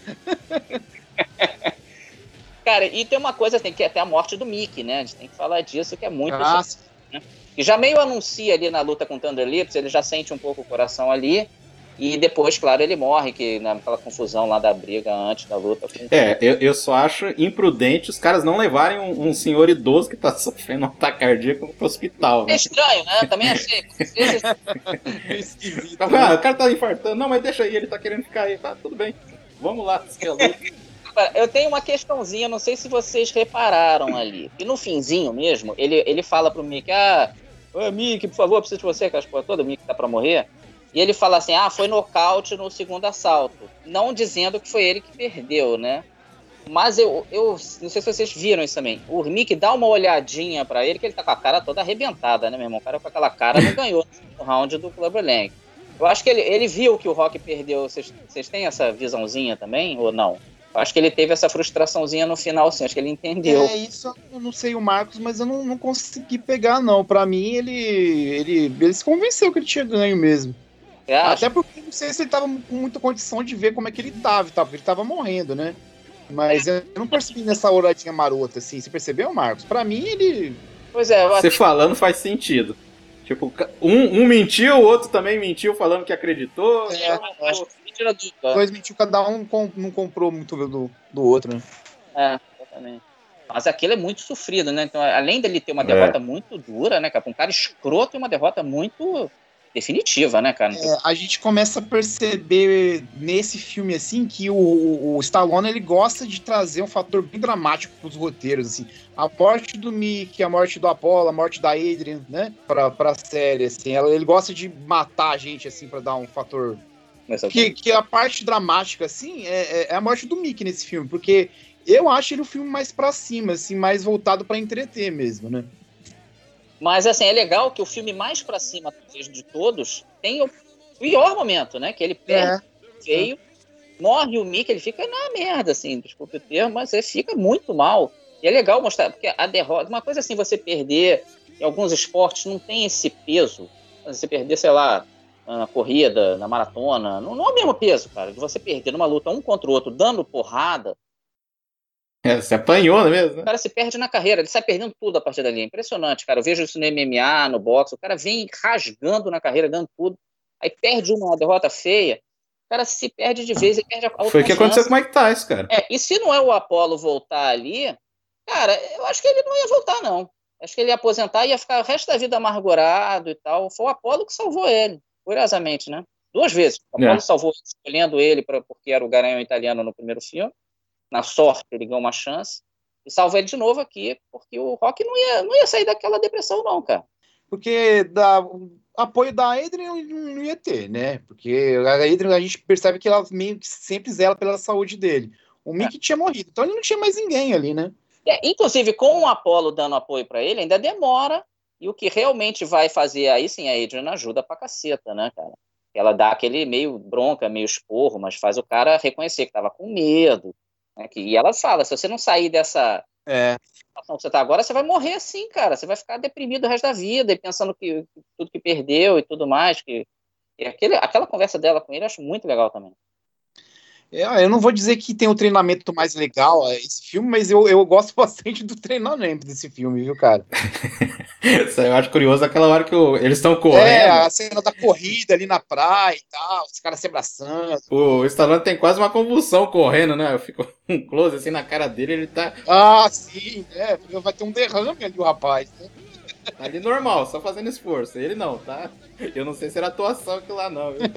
Cara, e tem uma coisa, tem que até a morte do Mickey, né? A gente tem que falar disso, que é muito... Ah, né? E já meio anuncia ali na luta com o Thunder Lips, ele já sente um pouco o coração ali. E depois, claro, ele morre, que naquela confusão lá da briga antes da luta. Com... É, eu, eu só acho imprudente os caras não levarem um, um senhor idoso que tá sofrendo um ataque cardíaco pro hospital, né? É estranho, né? Também achei. é esquisito. Ah, né? o cara tá infartando. Não, mas deixa aí, ele tá querendo ficar aí. Tá, tudo bem. Vamos lá, se é luta. Eu tenho uma questãozinha, não sei se vocês repararam ali. E no finzinho mesmo, ele, ele fala pro Mickey, ah, ô Mickey, por favor, eu preciso de você, aquelas porra toda, o Mickey tá pra morrer. E ele fala assim, ah, foi nocaute no segundo assalto. Não dizendo que foi ele que perdeu, né? Mas eu, eu não sei se vocês viram isso também. O Mickey dá uma olhadinha pra ele, que ele tá com a cara toda arrebentada, né, meu irmão? O cara com aquela cara não ganhou no round do Clubber Lang. Eu acho que ele, ele viu que o Rock perdeu. Vocês, vocês têm essa visãozinha também, ou não? Eu acho que ele teve essa frustraçãozinha no final, sim. Acho que ele entendeu. É, isso eu não sei o Marcos, mas eu não, não consegui pegar, não. Pra mim, ele, ele, ele se convenceu que ele tinha ganho mesmo. Até porque não sei se ele tava com muita condição de ver como é que ele tava e tal, porque ele tava morrendo, né? Mas eu não percebi nessa olhadinha marota, assim. Você percebeu, Marcos? Pra mim, ele... Pois é. Você falando faz sentido. Tipo, um, um mentiu, o outro também mentiu falando que acreditou. É, eu acho que mentira dupla. Dois mentiu, cada um não comprou muito do, do outro, né? É, exatamente. Mas aquilo é muito sofrido, né? Então, além dele ter uma derrota é. muito dura, né, cara? Um cara escroto e uma derrota muito... definitiva, né, cara? É, a gente começa a perceber nesse filme, assim, que o, o, o Stallone, ele gosta de trazer um fator bem dramático pros roteiros, assim. A morte do Mickey, a morte do Apollo, a morte da Adrian, né, pra, pra série, assim. Ela, ele gosta de matar a gente, assim, pra dar um fator... Que, que a parte dramática, assim, é, é a morte do Mickey nesse filme, porque eu acho ele um filme mais pra cima, assim, mais voltado pra entreter mesmo, né? Mas, assim, é legal que o filme mais pra cima de todos tem o pior momento, né? Que ele perde, é. feio, morre o Mickey, ele fica na merda, assim, desculpa o termo, mas ele fica muito mal. E é legal mostrar, porque a derrota... Uma coisa assim, você perder... Em alguns esportes não tem esse peso. Você perder, sei lá, na corrida, na maratona, não, não é o mesmo peso, cara, de você perder numa luta um contra o outro, dando porrada. É, você apanhou, não é mesmo? O cara se perde na carreira, ele sai perdendo tudo a partir dali. É impressionante, cara. Eu vejo isso no M M A, no boxe. O cara vem rasgando na carreira, dando tudo. Aí perde uma derrota feia. O cara se perde de vez e perde a outra. Foi o que aconteceu com o Mike Tyson, cara. É, e se não é o Apollo voltar ali, cara, eu acho que ele não ia voltar, não. Acho que ele ia aposentar e ia ficar o resto da vida amargurado e tal. Foi o Apollo que salvou ele, curiosamente, né? Duas vezes. O Apollo é. salvou escolhendo ele pra, porque era o garanhão italiano no primeiro filme. Na sorte, ele ganhou uma chance. E salva ele de novo aqui, porque o Rock não ia, não ia sair daquela depressão, não, cara. Porque da, o apoio da Adrian não ia ter, né? Porque a Adrian, a gente percebe que ela meio que sempre zela pela saúde dele. O Mickey é. tinha morrido, então ele não tinha mais ninguém ali, né? É, inclusive, com o Apollo dando apoio pra ele, ainda demora. E o que realmente vai fazer aí, sim, a Adrian ajuda pra caceta, né, cara? Ela dá aquele meio bronca, meio esporro, mas faz o cara reconhecer que estava com medo. Né? Que, e ela fala, se você não sair dessa É. situação que você está agora, você vai morrer assim, cara. Você vai ficar deprimido o resto da vida, e pensando que tudo que perdeu e tudo mais. Que, e aquele, aquela conversa dela com ele eu acho muito legal também. É, eu não vou dizer que tem o treinamento mais legal esse filme, mas eu, eu gosto bastante do treinamento desse filme, viu, cara? Isso aí eu acho curioso aquela hora que o- eles estão É, correndo. a cena da corrida ali na praia e tal, os caras se abraçando. O Stallone tem quase uma convulsão correndo, né? Eu fico um close assim na cara dele, ele tá Ah, sim, é, vai ter um derrame ali o rapaz, né? ali normal, só fazendo esforço. Ele não, tá? Eu não sei se era atuação aquilo lá, não. Viu?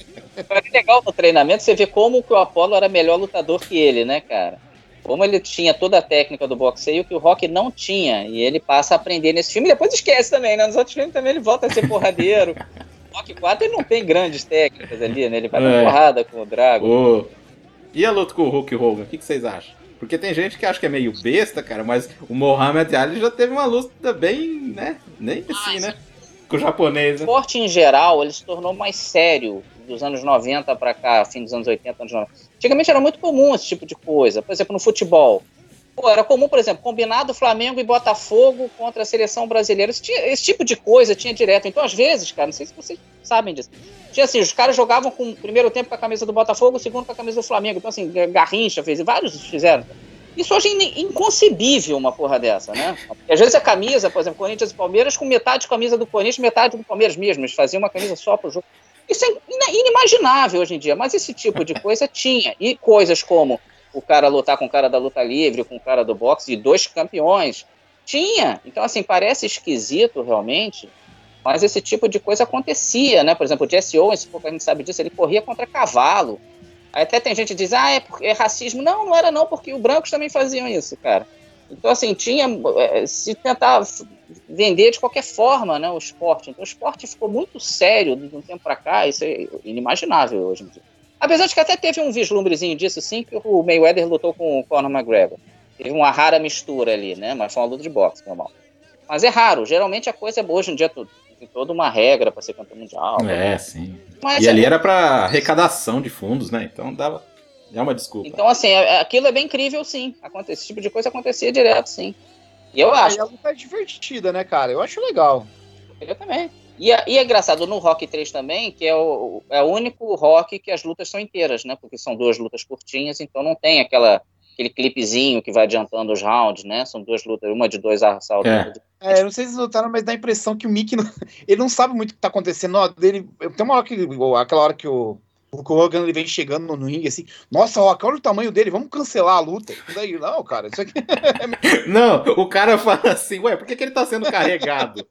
É legal no treinamento você vê como que o Apollo era melhor lutador que ele, né, cara? Como ele tinha toda a técnica do boxeio que o Rock não tinha. E ele passa a aprender nesse filme e depois esquece também, né? Nos outros filmes também ele volta a ser porradeiro. Rock quatro ele não tem grandes técnicas ali, né? Ele vai É. dar porrada com o Drago. Ô, E a luta com o Hulk Hogan, o que, que vocês acham? Porque tem gente que acha que é meio besta, cara, mas o Muhammad Ali já teve uma luta bem, né? Nem assim, né? Com o japonês, O né? esporte em geral, ele se tornou mais sério dos anos noventa pra cá, fim dos anos oitenta, anos noventa. Antigamente era muito comum esse tipo de coisa. Por exemplo, no futebol. Pô, era comum, por exemplo, combinado Flamengo e Botafogo contra a seleção brasileira. Esse, tinha- esse tipo de coisa tinha direto. Então, às vezes, cara, não sei se vocês sabem disso. Tinha assim, os caras jogavam com o primeiro tempo com a camisa do Botafogo, o segundo com a camisa do Flamengo. Então, assim, Garrincha fez, vários fizeram. Isso hoje é in- inconcebível, uma porra dessa, né? E às vezes a camisa, por exemplo, Corinthians e Palmeiras, com metade camisa do Corinthians, metade do Palmeiras mesmo. Eles faziam uma camisa só pro jogo. Isso é ina- inimaginável hoje em dia, mas esse tipo de coisa tinha. E coisas como o cara lutar com o cara da luta livre, com o cara do boxe, e dois campeões. Tinha. Então, assim, parece esquisito realmente, mas esse tipo de coisa acontecia, né? Por exemplo, o Jesse Owens, pouco a gente sabe disso, ele corria contra cavalo. Aí até tem gente que diz, ah, é, porque é racismo. Não, não era não, porque os brancos também faziam isso, cara. Então, assim, tinha, eh, se tentava f- vender de qualquer forma, né, o esporte. Então, o esporte ficou muito sério de um tempo pra cá, isso é inimaginável hoje em dia. Apesar de que até teve um vislumbrezinho disso, sim, que o Mayweather lutou com o Conor McGregor. Teve uma rara mistura ali, né, mas foi uma luta de boxe, normal. Mas é raro, geralmente a coisa é boa, hoje em dia tudo. Tem toda uma regra pra ser campeão mundial. É, sim. Mas E é- ali era pra arrecadação de fundos, né? Então dava. É uma desculpa. Então, assim, é- aquilo é bem incrível, sim. Aconte- Esse tipo de coisa acontecia direto, sim. E eu Ah, acho, e a luta é divertida, né, cara? Eu acho legal. eu também. E é, e é engraçado no Rock três também, que é o, é o único Rock que as lutas são inteiras, né? Porque são duas lutas curtinhas, então não tem aquela, aquele clipezinho que vai adiantando os rounds, né? São duas lutas, uma de dois assaltos. É. outra de- É, eu não sei se vocês notaram, mas dá a impressão que o Mickey não, ele não sabe muito o que tá acontecendo. Ó, dele, tem uma hora que, aquela hora que o, o Hogan ele vem chegando no, no ringue assim, nossa, Rock, olha o tamanho dele, vamos cancelar a luta. E daí, não, cara, isso aqui Não, o cara fala assim, ué, por que, que ele tá sendo carregado?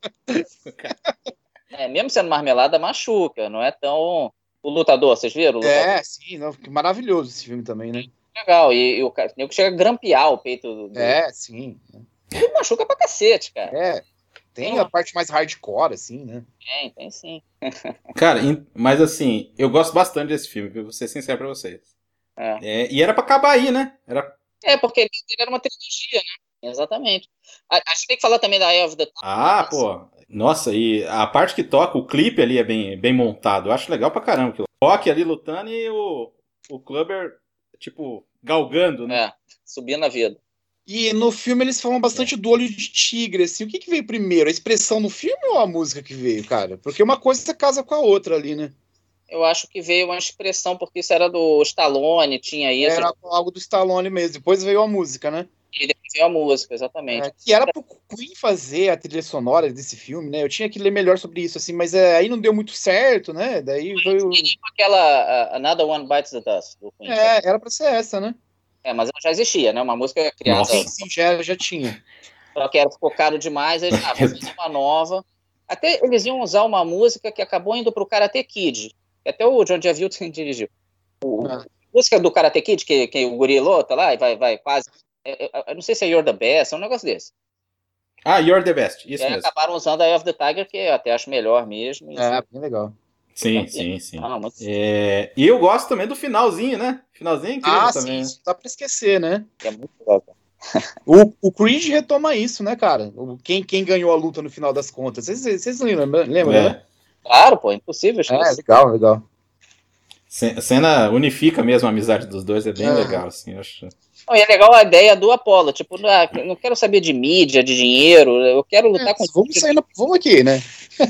É, mesmo sendo marmelada, machuca, não é tão... O lutador, vocês viram? O lutador é, sim, não, que maravilhoso esse filme também, né? é legal, e, e o cara o nego chega a grampear o peito do... É, sim. Ele machuca pra cacete, cara. É, tem a parte mais hardcore, assim, né? Tem, tem sim. Cara, em- mas assim, eu gosto bastante desse filme, viu? Vou ser sincero pra vocês. É. É, e era pra acabar aí, né? Era... É, porque ele era uma trilogia, né? Exatamente. A, a gente tem que falar também da Eye of the Tiger. Ah, pô. Nossa, e a parte que toca, o clipe ali é bem, bem montado. Eu acho legal pra caramba. que O Rock ali lutando e o, o Clubber, tipo, galgando, né? É, subindo a vida. E no filme eles falam bastante do olho de tigre, assim. O que, que veio primeiro? A expressão no filme ou a música que veio, cara? Porque uma coisa casa com a outra ali, né? Eu acho que veio uma expressão, porque isso era do Stallone, tinha isso, Era algo do Stallone mesmo. Depois veio a música, né? e depois veio a música, exatamente. É, que era pro Queen fazer a trilha sonora desse filme, né? Eu tinha que ler melhor sobre isso, assim, mas é, aí não deu muito certo, né? Daí veio. Aquela uh, Another One Bites the Dust, do Queen. É, era pra ser essa, né? É, mas ela já existia, né? Uma música criada, Nossa. Sim, sim, já, já tinha. só que era focado demais, aí, ah, vou fazer uma nova. Até eles iam usar uma música que acabou indo pro Karate Kid, que até o John Javilton dirigiu. O, Ah. a música do Karate Kid, que, que o guri luta lá e vai, vai quase... Eu, eu- eu não sei se é You're the Best, é um negócio desse. Ah, You're the Best, E isso aí mesmo. acabaram usando a Eye of the Tiger, que eu até acho melhor mesmo. e É, assim, bem legal. Sim, sim, sim. ah, muito- É, e eu gosto também do finalzinho, né? Finalzinho é incrível Ah, também. sim, né? isso não dá pra esquecer, né? é muito legal. O, o Creed retoma isso, né, cara? O- Quem, quem ganhou a luta no final das contas? Vocês, vocês lembram, lembram É. né? Claro, pô, impossível esquecer. É, legal, legal. A cena unifica mesmo a amizade dos dois, é bem É. legal, assim, eu acho. Não, e é legal a ideia do Apollo, tipo, ah, eu não quero saber de mídia, de dinheiro, eu quero lutar É, com... vamos sair na, vamos aqui, né?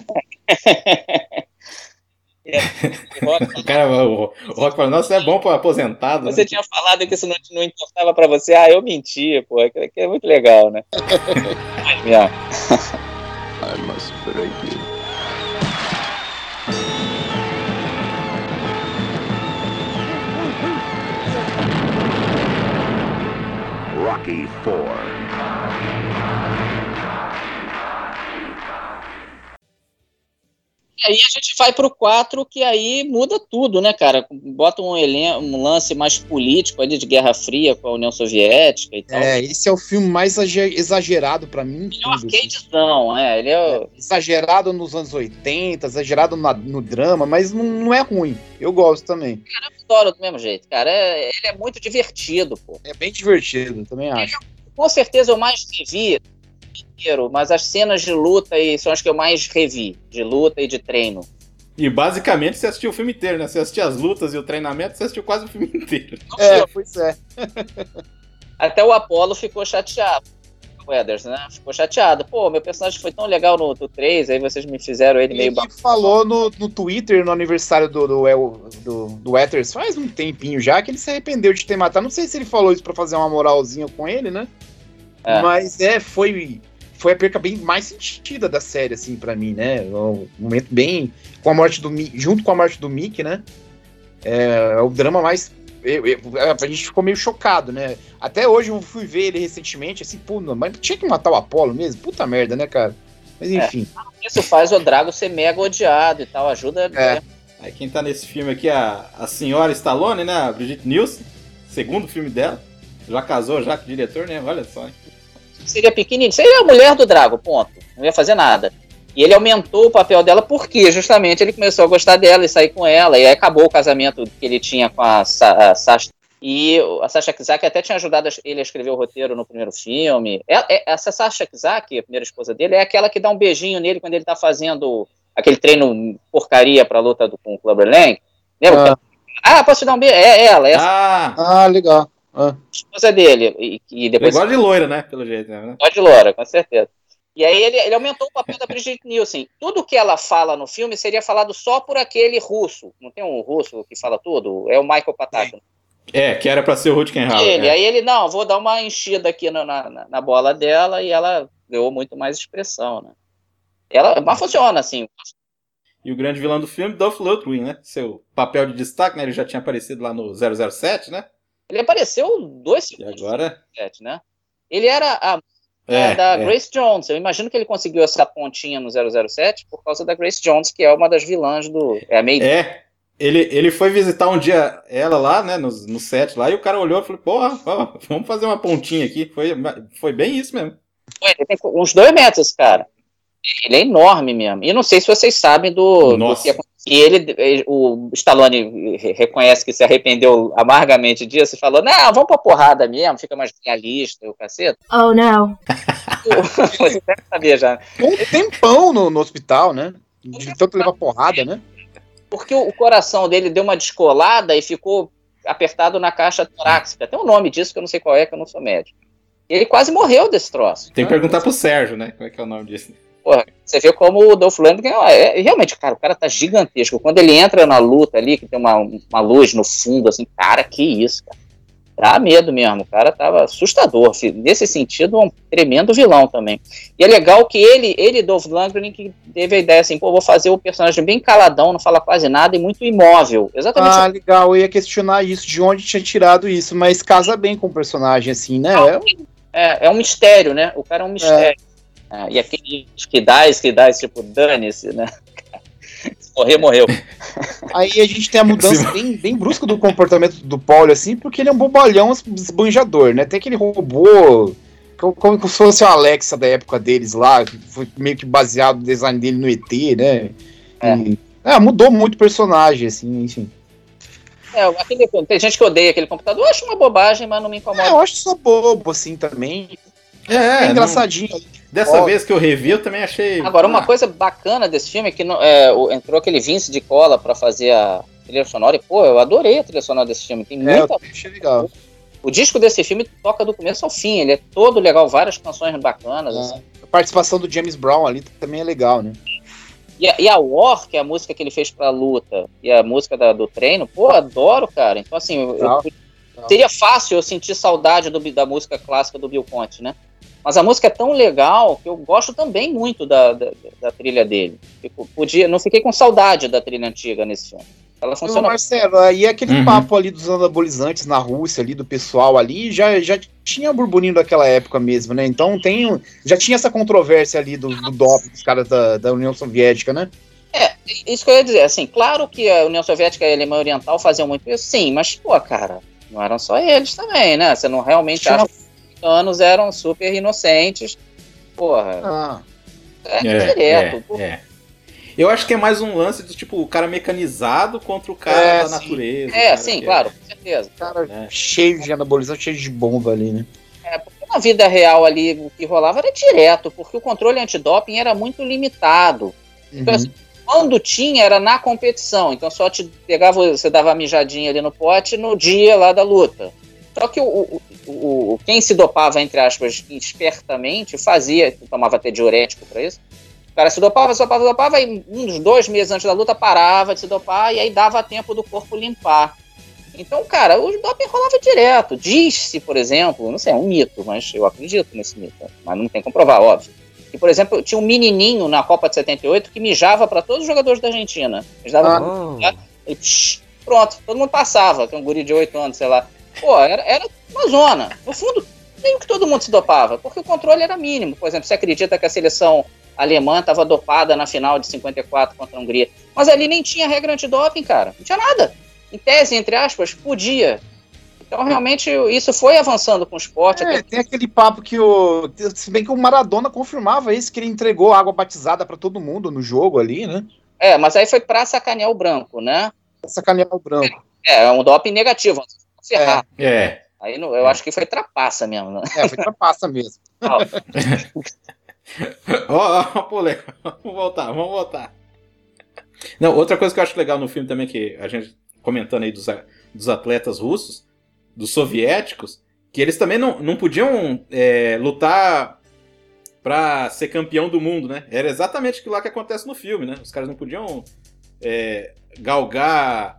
O cara, o, o Rock fala, nossa, é bom para aposentado. Você Né? tinha falado que isso não, não importava pra você, ah, eu menti, pô, que, que é muito legal, né? Mas, minha... I must break you. Rocky four. E aí a gente vai pro quatro, que aí muda tudo, né, cara? Bota um, elen- um lance mais político ali de Guerra Fria com a União Soviética e tal. É, esse é o filme mais exage- exagerado pra mim. Ele é um tudo, assim. arcadezão, é, ele é... É, exagerado nos anos oitenta, exagerado na- no drama, mas não, não é ruim. Eu gosto também. Eu adoro do mesmo jeito, cara. É- ele é muito divertido, pô. É bem divertido, também acho. Com certeza eu mais revi inteiro, mas as cenas de luta aí são as que eu mais revi, de luta e de treino. E basicamente você assistiu o filme inteiro, né? Você assistiu as lutas e o treinamento, você assistiu quase o filme inteiro. É, pois é. Até o Apollo ficou chateado. O Weathers, né? Ficou chateado. Pô, meu personagem foi tão legal no, no três, aí vocês me fizeram ele meio... Ele falou no, no Twitter, no aniversário do, do, El- do, do Weathers, faz um tempinho já, que ele se arrependeu de ter matado. Não sei se ele falou isso pra fazer uma moralzinha com ele, né? É. Mas é, foi, foi a perca bem mais sentida da série, assim, pra mim, né? Um momento bem... Com a morte do Mickey, junto com a morte do Mickey, né? É, é o drama mais... Eu, eu, a gente ficou meio chocado, né? Até hoje eu fui ver ele recentemente, assim, pô, não, mas tinha que matar o Apollo mesmo? Puta merda, né, cara? Mas enfim. É. Isso faz o Drago ser mega odiado e tal, ajuda... É. Aí quem tá nesse filme aqui é a, a senhora Stallone, né? A Brigitte Nielsen, segundo filme dela. Já casou já com o diretor, né? Olha só, hein? Seria pequenininho, seria a mulher do Drago, ponto. Não ia fazer nada. E ele aumentou o papel dela porque justamente ele começou a gostar dela e sair com ela. E aí acabou o casamento que ele tinha com a, Sa- a Sasha. E a Sasha Kizak até tinha ajudado ele a escrever o roteiro no primeiro filme. É, é, essa Sasha Kizak, a primeira esposa dele, é aquela que dá um beijinho nele quando ele tá fazendo aquele treino porcaria pra luta do, com o Clubber Lang. Lembra? Ah, ah posso te dar um beijo? É ela, essa Ah, Ah, legal. Ah. esposa dele. E, e ele depois gosta de loira, né? Pelo jeito, né? Pode Loura, com certeza. E aí ele, ele aumentou o papel da Brigitte Nielsen. Tudo que ela fala no filme seria falado só por aquele russo. Não tem um russo que fala tudo? É o Michael Pataki. É, que era pra ser o Rutgenhauer. Ele, É. aí ele, não, vou dar uma enchida aqui na, na, na bola dela, e ela ganhou muito mais expressão, né? Ela, mas funciona, assim. E o grande vilão do filme, Dolph Lundgren, né? Seu papel de destaque, né? Ele já tinha aparecido lá no zero zero sete, né? Ele apareceu dois E segundos, agora... né? Ele era a É, da é. Grace Jones. Eu imagino que ele conseguiu essa pontinha no zero zero sete por causa da Grace Jones, que é uma das vilãs do... É a Maid. É, ele, ele foi visitar um dia ela lá, né, no, no set lá, e o cara olhou e falou, porra, ó, vamos fazer uma pontinha aqui. Foi, foi bem isso mesmo. Ele tem uns dois metros, esse cara. Ele é enorme mesmo. E não sei se vocês sabem do, do Nossa. que aconteceu. E ele, ele- o Stallone re- reconhece que se arrependeu amargamente disso e falou, não, vamos pra porrada mesmo, fica mais realista, o cacete. Oh no. Você deve saber já. Um tempão no, no hospital, né? De tanto levar porrada, né? Porque o, o coração dele deu uma descolada e ficou apertado na caixa torácica. Tem um nome disso que eu não sei qual é, que eu não sou médico. Ele quase morreu desse troço. Tem que perguntar pro Sérgio, né, como é que é o nome disso. Porra, você vê como o Dolph Lundgren é, é, realmente, cara, o cara tá gigantesco. Quando ele entra na luta ali, que tem uma, uma luz no fundo, assim, cara, que isso, cara. Dá medo mesmo, o cara tava assustador. fi- Nesse sentido, um tremendo vilão também. E é legal que ele, ele Dolph Lundgren, que teve a ideia assim, pô, vou fazer o personagem bem caladão, não fala quase nada e muito imóvel. Exatamente. Ah, legal, eu ia questionar isso, de onde tinha tirado isso, mas casa bem com o personagem, assim, né? É um- É, é um mistério, né? O cara é um mistério. É, e aquele que dá, que dá, tipo, dane-se, né? Se morrer, morreu. Aí a gente tem a mudança Sim. bem, bem brusca do comportamento do Paulo, assim, porque ele é um bobalhão esbanjador, né? Tem aquele robô, como, como se fosse o Alexa da época deles lá, que foi meio que baseado no design dele no E T, né? É. E, ah, mudou muito o personagem, assim, enfim. É, aquele, tem gente que odeia aquele computador, eu acho uma bobagem, mas não me incomoda. É, eu acho só bobo, assim, também. É, é engraçadinho. Não... Dessa oh. vez que eu revi, eu também achei... Agora, uma ah. coisa bacana desse filme é que não, é, entrou aquele Vince de Cola pra fazer a trilha sonora, e pô, eu adorei a trilha sonora desse filme. Tem é, muita... eu achei legal. O disco desse filme toca do começo ao fim, ele é todo legal, várias canções bacanas. É. Assim. A participação do James Brown ali também é legal, né? E a, e a War, que é a música que ele fez pra luta, e a música da, do treino, pô, adoro, cara. Então, assim, eu, eu, seria fácil eu sentir saudade do, da música clássica do Bill Conti, né? Mas a música é tão legal que eu gosto também muito da, da, da trilha dele. Fico, podia, não fiquei com saudade da trilha antiga nesse filme. Ela funciona. Marcelo, aí aquele uhum. papo ali dos anabolizantes na Rússia, ali do pessoal ali, já, já tinha burburinho daquela época mesmo, né? Então tem, já tinha essa controvérsia ali do, do doping dos caras da, da União Soviética, né? É, isso que eu ia dizer, assim, claro que a União Soviética e a Alemanha Oriental faziam muito isso, sim, mas, pô, cara, não eram só eles também, né? Você não realmente tinha acha uma... que os anos eram super inocentes, porra. Ah. É, é direto. É, é. Eu acho que é mais um lance do tipo, o cara mecanizado contra o cara é, da sim. natureza. É, sim, claro, é... com certeza. Cara, é. cheio de anabolizante, cheio de bomba ali, né? É, porque na vida real ali, o que rolava era direto, porque o controle antidoping era muito limitado. Uhum. Então, assim, quando tinha, era na competição. Então, só te pegava, você dava a mijadinha ali no pote no dia lá da luta. Só que o, o, o, quem se dopava, entre aspas, espertamente, fazia, tomava até diurético pra isso. O cara se dopava, se dopava, se dopava, e uns dois meses antes da luta parava de se dopar, e aí dava tempo do corpo limpar. Então, cara, o doping rolava direto. Diz-se, por exemplo, não sei, é um mito, mas eu acredito nesse mito, mas não tem como provar, óbvio. E, por exemplo, tinha um menininho na Copa de setenta e oito que mijava para todos os jogadores da Argentina. Mijava ah. pra... e, psh, pronto, todo mundo passava, que é um guri de oito anos, sei lá. Pô, era, era uma zona. No fundo, nem que todo mundo se dopava, porque o controle era mínimo. Por exemplo, você acredita que a seleção alemã estava dopada na final de cinquenta e quatro contra a Hungria, mas ali nem tinha regra antidoping, cara. Não tinha nada. Em tese, entre aspas, podia. Então, realmente, isso foi avançando com o esporte. É, até... tem aquele papo que o... Se bem que o Maradona confirmava isso, que ele entregou água batizada para todo mundo no jogo ali, né? É, mas aí foi pra sacanear o branco, né? Sacanear o branco. É, é um doping negativo. Ferrar. É. é. Aí eu é. acho que foi trapaça mesmo, né? É, foi trapaça mesmo. Ó, ó, polêmica. Vamos voltar, vamos voltar. Não, outra coisa que eu acho legal no filme também, que a gente comentando aí dos, dos atletas russos, dos soviéticos, que eles também não, não podiam é, lutar pra ser campeão do mundo, né? Era exatamente aquilo lá que acontece no filme, né? Os caras não podiam é, galgar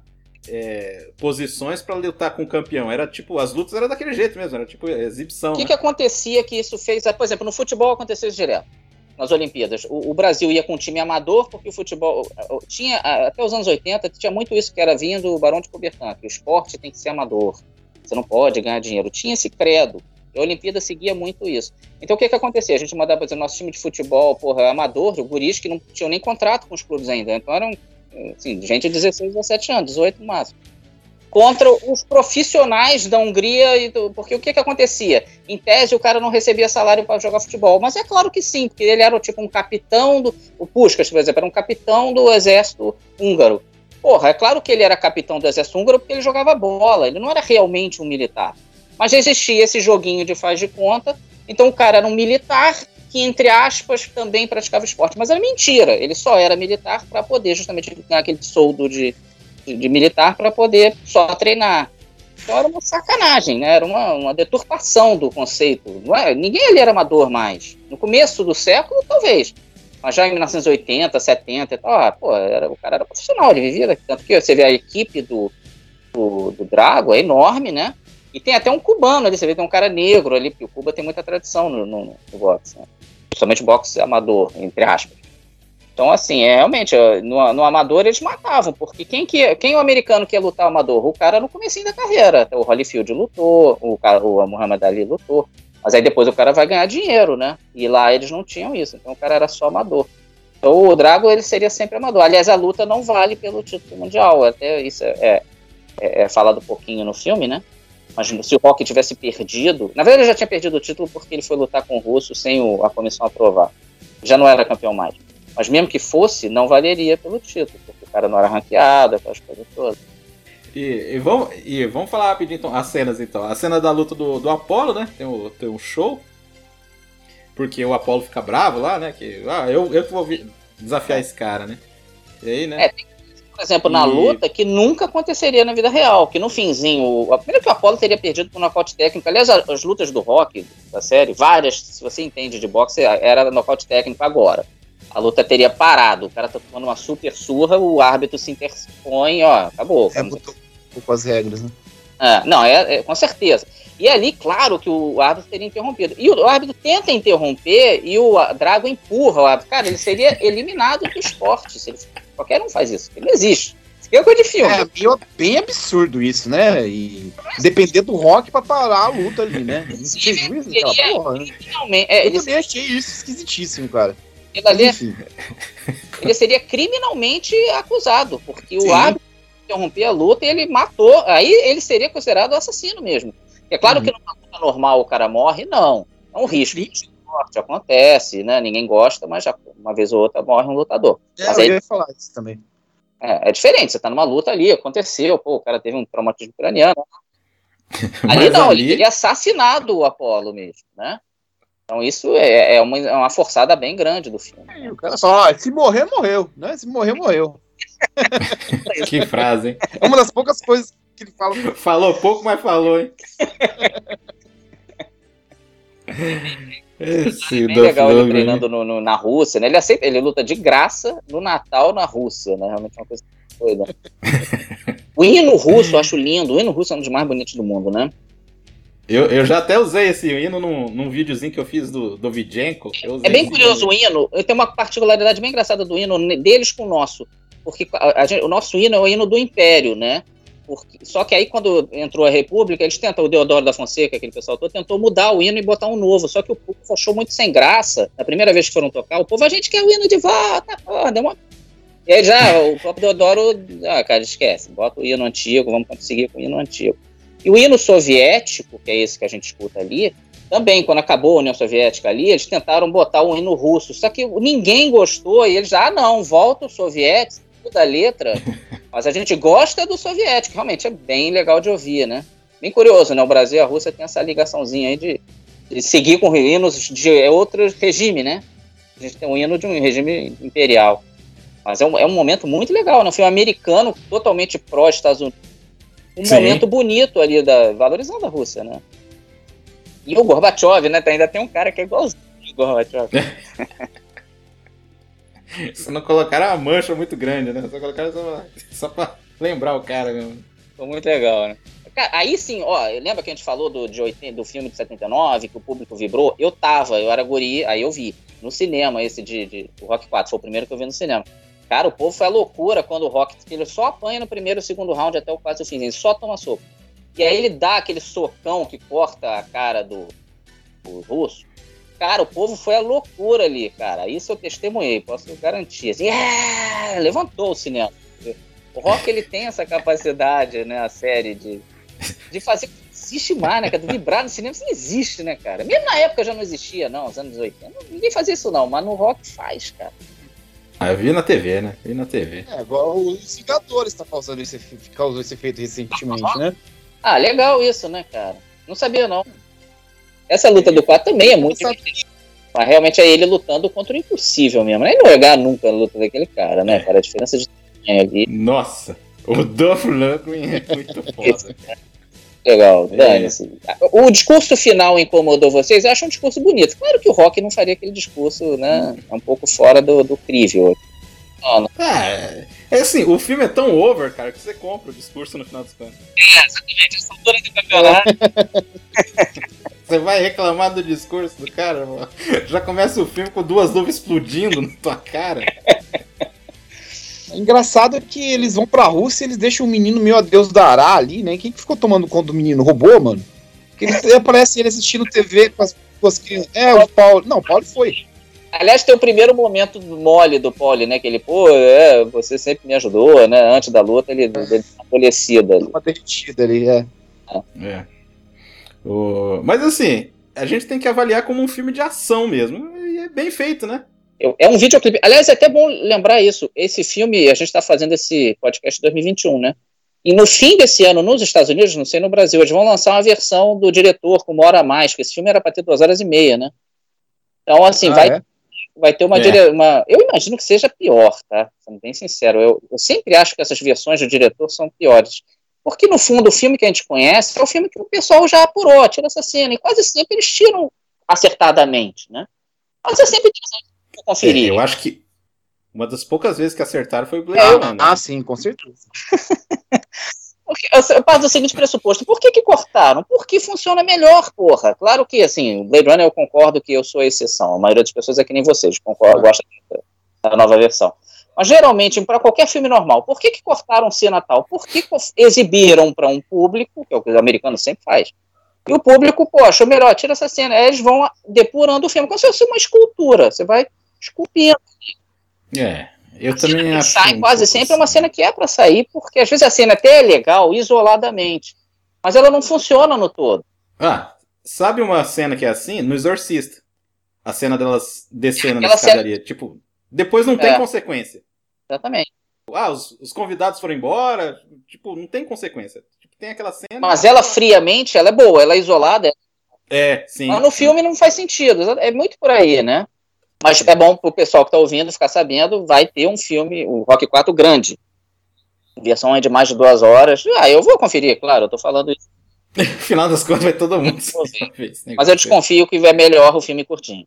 é, posições pra lutar com o campeão. Era tipo, as lutas eram daquele jeito mesmo, era tipo exibição. O que, né? que acontecia que isso fez? Por exemplo, no futebol aconteceu isso direto. Nas Olimpíadas. O, o Brasil ia com um time amador, porque o futebol tinha, até os anos oitenta, tinha muito isso que era vindo o Barão de Coubertin, que o esporte tem que ser amador. Você não pode ganhar dinheiro. Tinha esse credo. E a Olimpíada seguia muito isso. Então, o que que acontecia? A gente mandava, por exemplo, nosso time de futebol, porra, amador, o guris que não tinham nem contrato com os clubes ainda. Então, eram, assim, gente de dezesseis, dezessete anos, dezoito no máximo. Contra os profissionais da Hungria, e do, porque o que que acontecia? Em tese, o cara não recebia salário para jogar futebol. Mas é claro que sim, porque ele era tipo um capitão do... O Puskás, por exemplo, era um capitão do exército húngaro. Porra, é claro que ele era capitão do exército húngaro porque ele jogava bola, ele não era realmente um militar. Mas existia esse joguinho de faz de conta, então o cara era um militar que, entre aspas, também praticava esporte. Mas era mentira, ele só era militar para poder justamente ganhar aquele soldo de, de, de militar para poder só treinar. Então era uma sacanagem, né? Era uma, uma deturpação do conceito. Não é? Ninguém ali era amador mais. No começo do século, talvez. Mas já em mil novecentos e oitenta, setenta e tal, ah, pô, era, o cara era profissional, ele vivia. Tanto que você vê a equipe do, do, do Drago, é enorme, né? E tem até um cubano ali, você vê, tem um cara negro ali, porque o Cuba tem muita tradição no, no, no boxe, né? Principalmente boxe amador, entre aspas. Então, assim, é, realmente, no, no amador eles matavam, porque quem, que, quem é o americano que ia lutar amador? O cara no comecinho da carreira. O Holyfield lutou, o, o Muhammad Ali lutou. Mas aí depois o cara vai ganhar dinheiro, né? E lá eles não tinham isso, então o cara era só amador. Então o Drago, ele seria sempre amador. Aliás, a luta não vale pelo título mundial, até isso é, é, é falado um pouquinho no filme, né? Mas se o Rocky tivesse perdido... Na verdade, ele já tinha perdido o título porque ele foi lutar com o russo sem o, a comissão aprovar. Já não era campeão mais. Mas mesmo que fosse, não valeria pelo título, porque o cara não era ranqueado, aquelas coisas todas. E, e, vamos, e vamos falar rapidinho então, as cenas então. A cena da luta do, do Apollo, né? Tem um, tem um show. porque o Apollo fica bravo lá, né? Que, ah, eu, eu que vou desafiar esse cara, né? E aí, né? É, tem, por exemplo, na e... luta, que nunca aconteceria na vida real, que no finzinho, o, primeiro que o Apollo teria perdido por nocaute técnico. Aliás, as, as lutas do Rock, da série, várias, se você entende de boxe, era nocaute técnico agora. A luta teria parado, o cara tá tomando uma super surra, o árbitro se interpõe, ó, acabou. É, botou um pouco as regras, né? É, não, é, é, com certeza. E ali, claro que o árbitro teria interrompido. E o, o árbitro tenta interromper e o Drago empurra o árbitro. Cara, ele seria eliminado do esporte. Se ele, qualquer um faz isso. Ele não existe. Isso é coisa de filme. É bem, bem absurdo isso, né? E depender do Rock pra parar a luta ali, né? Sim, juízo, seria, aquela porra, né? é, Eu ele, também achei isso esquisitíssimo, cara. Ele, ali, ele seria criminalmente acusado, porque Sim. o árbitro interrompeu a luta e ele matou. Aí ele seria considerado assassino mesmo. É claro uhum. que numa luta normal o cara morre, não. É um risco. De morte, acontece, né? Ninguém gosta, mas já, uma vez ou outra morre um lutador. É, mas eu aí, ia falar isso também. É, é diferente, você tá numa luta ali, aconteceu, pô, o cara teve um traumatismo craniano. Ali não, ali... ele teria assassinado o Apollo mesmo, né? Então isso é, é, uma, é uma forçada bem grande do filme. É, o cara só, ó, se morrer, morreu, né? Se morrer, morreu. Que frase, hein? É uma das poucas coisas que ele fala. Falou pouco, mas falou, hein? Esse é bem legal ele treinando no, no, na Rússia, né? Ele aceita, ele luta de graça no Natal na Rússia, né? Realmente é uma coisa doida. O hino russo eu acho lindo. O hino russo é um dos mais bonitos do mundo, né? Eu, eu já até usei esse hino num, num videozinho que eu fiz do, do Vidjenko. É bem curioso o hino. Tem uma particularidade bem engraçada do hino deles com o nosso. Porque a, a gente, o nosso hino é o hino do Império, né? Porque, só que aí quando entrou a República, eles tentam, o Deodoro da Fonseca, aquele pessoal todo, tentou mudar o hino e botar um novo. Só que o povo achou muito sem graça. Na primeira vez que foram tocar, o povo, a gente quer o hino de volta, porra, deu uma... E aí já o próprio Deodoro, ah, cara, esquece, bota o hino antigo, vamos conseguir com o hino antigo. E o hino soviético, que é esse que a gente escuta ali, também, quando acabou a União Soviética ali, eles tentaram botar o hino russo, só que ninguém gostou, e eles já, ah, não, volta o soviético, muda a letra, mas a gente gosta do soviético, realmente é bem legal de ouvir, né? Bem curioso, né? O Brasil e a Rússia tem essa ligaçãozinha aí de, de seguir com hinos de outro regime, né? A gente tem um hino de um regime imperial. Mas é um, é um momento muito legal, né? Um filme americano totalmente pró-Estados Unidos. Um Sim. momento bonito ali, da, valorizando a Rússia, né? E o Gorbachev, né? Ainda tem um cara que é igualzinho o Gorbachev. Se não colocaram uma mancha muito grande, né? Só colocaram só, só pra lembrar o cara mesmo. Foi muito legal, né? Cara, aí sim, ó, lembra que a gente falou do, de oitenta, do filme de setenta e nove, que o público vibrou? Eu tava, eu era guri, aí eu vi. No cinema, esse de, de o Rock quatro, foi o primeiro que eu vi no cinema. Cara, o povo foi a loucura quando o Rock, ele só apanha no primeiro e segundo round até o quase o fim, ele só toma soco. E aí ele dá aquele socão que corta a cara do, do russo. Cara, o povo foi a loucura ali, cara. Isso eu testemunhei, posso garantir. Assim, é! Levantou o cinema. O Rock, ele tem essa capacidade, né, a série, de, de fazer... Não existe mais, né, cara? Vibrar no cinema, isso não existe, né, cara? Mesmo na época já não existia, não, nos anos oitenta. Ninguém fazia isso, não, mas no Rock faz, cara. Ah, eu vi na T V, né? Vi na T V. É, agora os Vingadores tá causando esse, causou esse efeito recentemente, né? Ah, legal isso, né, cara? Não sabia, não. Essa luta do quatro também é muito difícil. Mas realmente é ele lutando contra o impossível mesmo. Ele não vai ganhar nunca a luta daquele cara, né, cara? A diferença de ali. Nossa, o Dolph Lundgren é muito foda. Legal, dane-se. É. O discurso final incomodou vocês? Eu acho um discurso bonito. Claro que o Rock não faria aquele discurso, né? É um pouco fora do, do crível. Não, não. É, é assim, o filme é tão over, cara, que você compra o discurso no final dos contos. É, exatamente. Essa altura do campeonato. Você vai reclamar do discurso do cara, mano. Já começa o filme com duas luvas explodindo na tua cara. Engraçado é que eles vão pra Rússia e eles deixam o menino meio a Deus dará ali, né? Quem que ficou tomando conta do menino? Robô, mano? Porque ele aparece ele assistindo T V com as, com as crianças. É, o Paulo. Não, o Paulo foi. Aliás, tem o primeiro momento mole do Paulo, né? Que ele, pô, é, você sempre me ajudou, né? Antes da luta, ele deu uma amolecida ali. Uma derretida ali, é. É. O... Mas assim, a gente tem que avaliar como um filme de ação mesmo. E é bem feito, né? É um videoclipe. Aliás, é até bom lembrar isso. Esse filme, a gente está fazendo esse podcast em dois mil e vinte e um, né? E no fim desse ano, nos Estados Unidos, não sei no Brasil, eles vão lançar uma versão do diretor com uma hora a mais, porque esse filme era para ter duas horas e meia, né? Então, assim, Ah, vai, é? vai ter uma, É. dire... uma... Eu imagino que seja pior, tá? Sendo bem sincero. Eu, eu sempre acho que essas versões do diretor são piores. Porque, no fundo, o filme que a gente conhece é o filme que o pessoal já apurou, tira essa cena. E quase sempre eles tiram acertadamente, né? Mas é sempre interessante conferir. É, eu acho que uma das poucas vezes que acertaram foi o Blade É, eu- Runner. Ah, sim, com certeza. Porque, eu eu parto do seguinte pressuposto, por que que cortaram? Porque funciona melhor, porra. Claro que, assim, o Blade Runner eu concordo que eu sou a exceção. A maioria das pessoas é que nem vocês, concorda, gosta da nova versão. Mas, geralmente, para qualquer filme normal, por que que cortaram cena tal? Por que que exibiram para um público, que é o que o americano sempre faz, e o público, pô, achou melhor, tira essa cena. Aí eles vão depurando o filme, como se fosse uma escultura. Você vai esculpindo. É, eu também acho. Sai um quase pouco sempre assim. uma cena que é para sair, porque às vezes a cena até é legal isoladamente, mas ela não funciona no todo. Ah, sabe uma cena que é assim? No Exorcista. A cena delas descendo na Aquela cena- escadaria. Tipo, depois não tem É. consequência. Exatamente. Ah, os, os convidados foram embora. Tipo, não tem consequência. Tipo, tem aquela cena. Mas ela friamente, ela é boa, ela é isolada, É, sim. mas no filme não faz sentido. É muito por aí, né? Mas é bom pro pessoal que tá ouvindo ficar sabendo, vai ter um filme, o Rock quatro grande. A versão é de mais de duas horas. Ah, eu vou conferir, claro, eu tô falando isso. No final das contas vai todo mundo Vou ver. ver esse negócio. Mas eu desconfio que é melhor o filme curtinho.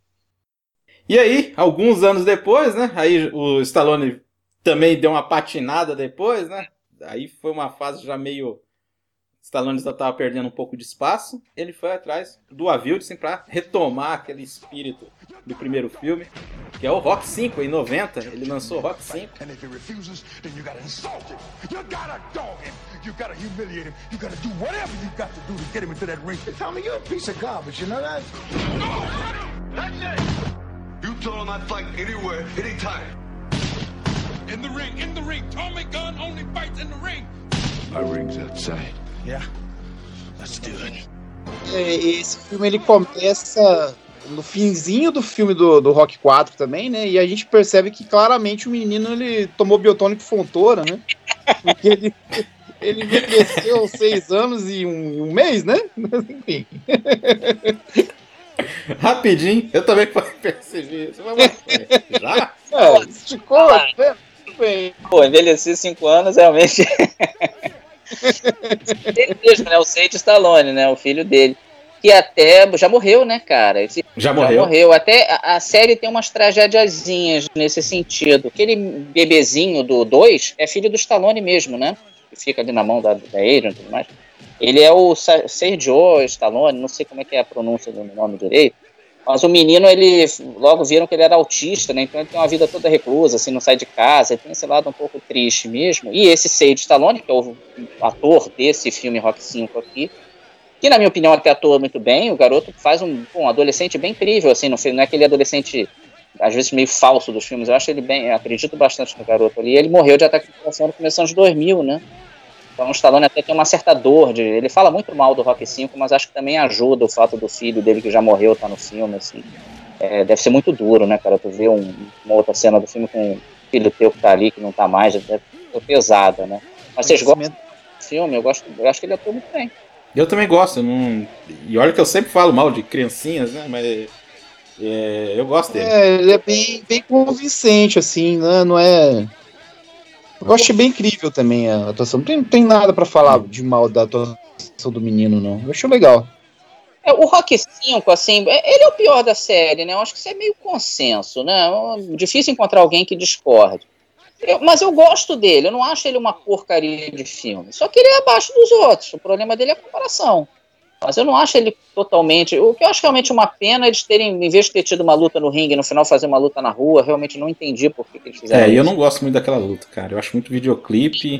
E aí, alguns anos depois, né? Aí o Stallone também deu uma patinada depois, né? Aí foi uma fase já meio... Stallone já estava perdendo um pouco de espaço. Ele foi atrás do Avildsen para retomar aquele espírito do primeiro filme, que é o Rock cinco, em noventa. Ele lançou o Rock cinco. And if he refuses, then you gotta insult him. You gotta dog him. You gotta humiliate him. You gotta do whatever you got to do to get him into that ring. Tell me you're a piece of garbage, you know that? That's it! You told him I'd fight anywhere, anytime. In the ring, in the ring. Tommy Gunn only fights in the ring. Our ring's outside. Yeah. Let's do it. É, esse filme ele começa no finzinho do filme do, do Rock quatro também, né? E a gente percebe que claramente o menino ele tomou biotônico Fontoura, né? Porque ele, ele envelheceu seis anos e um, um mês, né? Mas, enfim. Rapidinho, eu também percebi isso. Mas, mas, já? É, esticou, né? Bem. Pô, envelheci cinco anos, realmente. Ele mesmo, né? O Sage Stallone, né? O filho dele. Que até já morreu, né, cara? Esse, Já já morreu? morreu. Até a, a série tem umas tragédiazinhas nesse sentido. Aquele bebezinho do dois é filho do Stallone mesmo, né? Que fica ali na mão da, da Adrian e tudo mais. Ele é o Sa- Sergio Stallone, não sei como é que é a pronúncia do nome direito. Mas o menino, ele logo viram que ele era autista, né? Então ele tem uma vida toda reclusa, assim, não sai de casa, ele tem esse lado um pouco triste mesmo. E esse Sage Stallone, que é o ator desse filme Rock cinco aqui, que na minha opinião até atua muito bem, o garoto faz um, um adolescente bem incrível, assim, não, não é aquele adolescente, às vezes, meio falso dos filmes. Eu acho ele bem, eu acredito bastante no garoto ali. Ele morreu de ataque de coração no começo dos anos dois mil, né? Então o Stallone até tem uma certa dor, de, ele fala muito mal do Rock cinco, mas acho que também ajuda o fato do filho dele que já morreu estar no filme, assim. É, deve ser muito duro, né, cara, tu vê um, uma outra cena do filme com um filho teu que tá ali, que não tá mais, deve ser pesada, né. Mas vocês gostam do filme? Eu, gosto, eu acho que ele atua muito bem. Eu também gosto. eu Não... E olha que eu sempre falo mal de criancinhas, né? Mas é, eu gosto dele. É, ele é bem, bem convincente, assim, né? Não é. Eu achei bem incrível também a atuação. Não tem, não tem nada pra falar de mal da atuação do menino, não. Eu achei legal. É, o Rock cinco, assim, é- ele é o pior da série, né? Eu acho que isso é meio consenso, né? É difícil encontrar alguém que discorde. Eu- mas eu gosto dele, eu não acho ele uma porcaria de filme. Só que ele é abaixo dos outros. O problema dele é a comparação. Mas eu não acho ele totalmente. O que eu acho realmente uma pena é eles terem, em vez de ter tido uma luta no ringue, no final fazer uma luta na rua. Realmente não entendi por que, que eles fizeram É, e eu isso. não gosto muito daquela luta, cara. Eu acho muito videoclipe.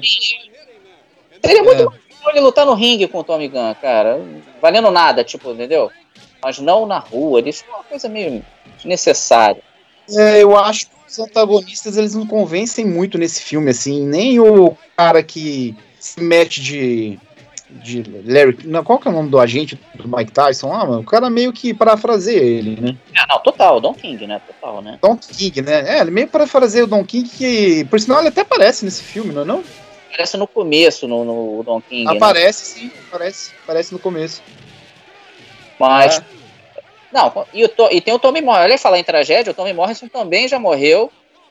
Seria muito É. mais legal ele lutar no ringue com o Tommy Gunn, cara. Valendo nada, tipo, entendeu? Mas não na rua. Isso é uma coisa meio desnecessária. É, eu acho que os antagonistas eles não convencem muito nesse filme, assim. Nem o cara que se mete de. de Larry. Não, qual que é o nome do agente do Mike Tyson lá, mano? O cara meio que parafraseia ele, né? Ah, não, total, Don King, né? Total, né? Don King, né? É, ele meio parafraseia o Don King, que por sinal ele até aparece nesse filme, não é? Não? Aparece no começo, no, no Don King, né? Aparece, sim, aparece. Aparece no começo. Mas, Não, e, o To, e tem o Tommy Morrison. Olha, falar em tragédia, o Tommy Morrison também já morreu.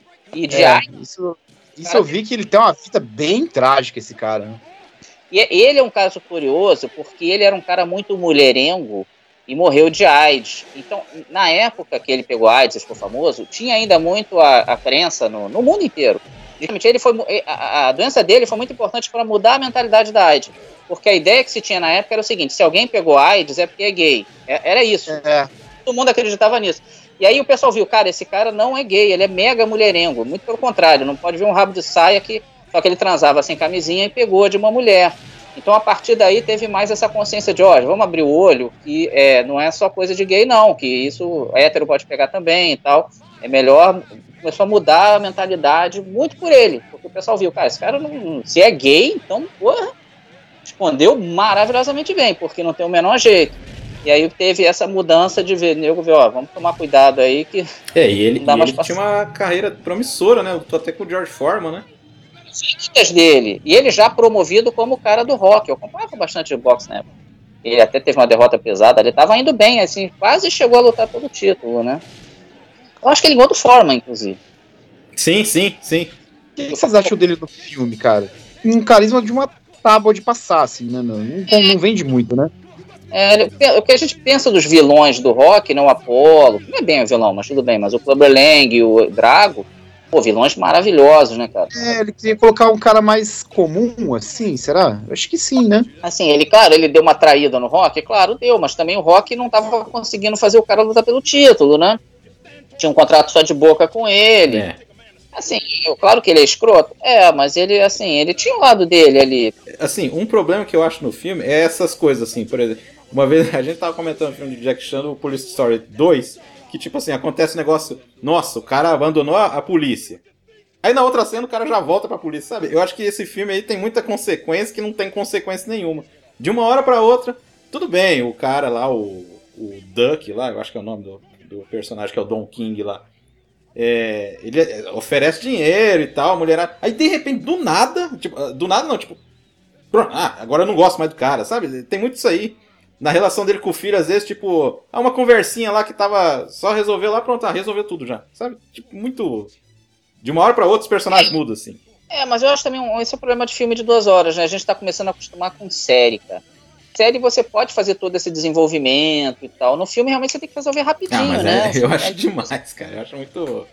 E de É, AIDS. isso, isso eu vi que ele tem uma vida bem trágica, esse cara. Né? E ele é um caso curioso, porque ele era um cara muito mulherengo e morreu de AIDS. Então, na época que ele pegou AIDS, ficou famoso, tinha ainda muito a, a crença no, no mundo inteiro. Ele foi, a, a doença dele foi muito importante para mudar a mentalidade da AIDS. Porque a ideia que se tinha na época era o seguinte: se alguém pegou AIDS é porque é gay. É, era isso. É. Todo mundo acreditava nisso. E aí o pessoal viu, cara, esse cara não é gay, ele é mega mulherengo. Muito pelo contrário, não pode ver um rabo de saia que só que ele transava sem camisinha e pegou de uma mulher. Então, a partir daí, teve mais essa consciência de, ó, vamos abrir o olho, que é, não é só coisa de gay, não, que isso hétero pode pegar também e tal. É melhor, começou a mudar a mentalidade muito por ele, porque o pessoal viu, cara, esse cara, não, se é gay, então, porra, respondeu maravilhosamente bem, porque não tem o menor jeito. E aí teve essa mudança de ver, nego viu, ó, vamos tomar cuidado aí, que é, e ele, não dá e mais ele pra... tinha uma carreira promissora, né, lutou até com o George Foreman, né? Filhas dele, e ele já promovido como o cara do rock. Eu acompanhava bastante de boxe na época. Ele até teve uma derrota pesada, ele tava indo bem, assim, quase chegou a lutar pelo título, né? Eu acho que ele ganhou do Foreman, inclusive. Sim, sim, sim. O que vocês acham dele no filme, cara? Um carisma de uma tábua de passar, assim, né? Não, não, não vende muito, né? É, o que a gente pensa dos vilões do rock, né? O Apollo, não é bem o vilão, mas tudo bem, mas o Clubber Lang e o Drago, pô, vilões maravilhosos, né, cara? É, ele queria colocar um cara mais comum, assim, será? Eu acho que sim, né? Assim, ele, claro, ele deu uma traída no Rock, claro, deu, mas também o Rock não tava conseguindo fazer o cara lutar pelo título, né? Tinha um contrato só de boca com ele. É. Assim, eu, claro que ele é escroto, é, mas ele, assim, ele tinha o lado dele ali. Assim, um problema que eu acho no filme é essas coisas, assim, por exemplo, uma vez a gente tava comentando o filme de Jack Chan, o Police Story dois, que tipo assim, acontece um negócio, nossa, o cara abandonou a, a polícia. Aí na outra cena o cara já volta pra polícia, sabe? Eu acho que esse filme aí tem muita consequência que não tem consequência nenhuma. De uma hora pra outra, tudo bem, o cara lá, o, o Duck lá, eu acho que é o nome do, do personagem, que é o Don King lá, é, ele oferece dinheiro e tal, a mulherada. Aí de repente, do nada, tipo, do nada não, tipo, ah, agora eu não gosto mais do cara, sabe? Tem muito isso aí. Na relação dele com o filho, às vezes, tipo, há uma conversinha lá que tava só resolveu lá, pronto, ah, resolveu tudo já, sabe? Tipo, muito... De uma hora pra outra os personagens mudam, assim. É, mas eu acho também, um, esse é o problema de filme de duas horas, né? A gente tá começando a acostumar com série, cara. Série você pode fazer todo esse desenvolvimento e tal. No filme, realmente, você tem que resolver rapidinho, ah, mas né? É, eu assim, acho é demais, cara. Eu acho muito...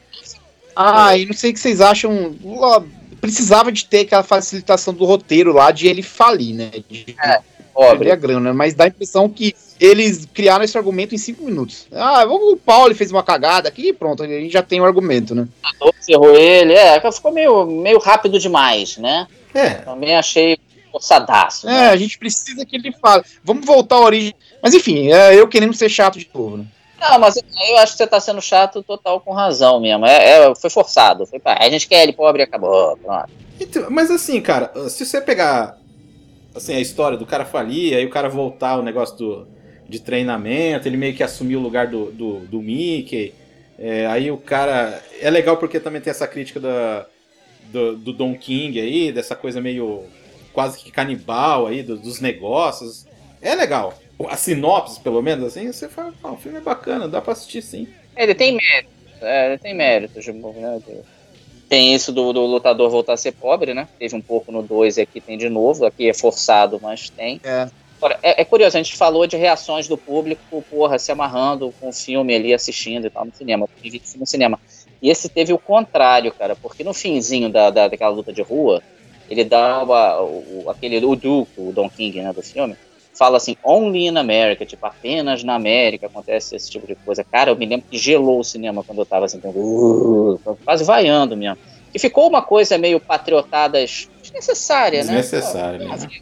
Ah, e não sei o que vocês acham... Precisava de ter aquela facilitação do roteiro lá, de ele falir, né? De... É. Pobre. A grana, mas dá a impressão que eles criaram esse argumento em cinco minutos. Ah, o Paulo fez uma cagada aqui e pronto, a gente já tem o argumento, né? Errou ele, é, ficou meio, meio rápido demais, né? É. Também achei forçadaço. É, né? A gente precisa que ele fale. Vamos voltar à origem. Mas enfim, é eu querendo ser chato de novo, né? Não, mas eu acho que você tá sendo chato total com razão mesmo. É, é, foi forçado. Foi, pá, a gente quer ele pobre e acabou. Pronto. Então, mas assim, cara, se você pegar assim, a história do cara falir, aí o cara voltar o negócio do, de treinamento, ele meio que assumiu o lugar do, do, do Mickey, é, aí o cara... É legal porque também tem essa crítica da, do, do Don King aí, dessa coisa meio quase que canibal aí, do, dos negócios. É legal. A sinopse, pelo menos, assim, você fala, oh, o filme é bacana, dá pra assistir sim. Ele tem mérito, é, ele tem mérito, né? Tem isso do, do lutador voltar a ser pobre, né? Teve um pouco no dois e aqui tem de novo. Aqui é forçado, mas tem. É. Agora, é, é curioso, a gente falou de reações do público, porra, se amarrando com o filme ali, assistindo e tal, no cinema. Eu vi no cinema. E esse teve o contrário, cara, porque no finzinho da, da, daquela luta de rua, ele dá uma, o, aquele, o Duke, o Don King, né, do filme, fala assim, only in America, tipo, apenas na América acontece esse tipo de coisa. Cara, eu me lembro que gelou o cinema quando eu tava assim, uh, quase vaiando mesmo. E ficou uma coisa meio patriotadas desnecessária, Desnecessária, né? né?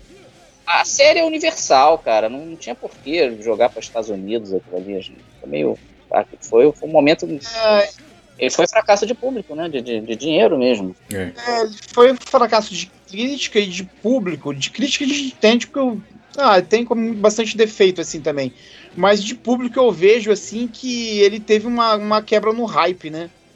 A série é universal, cara, não, não tinha por que jogar para os Estados Unidos aquilo ali, gente. Foi meio... Foi, foi um momento... É... Ele foi fracasso de público, né? De, de, de dinheiro mesmo. É. É, foi um fracasso de crítica e de público. De crítica a gente entende porque eu... Ah, tem como bastante defeito, assim, também. Mas de público eu vejo, assim, que ele teve uma, uma quebra no hype, né?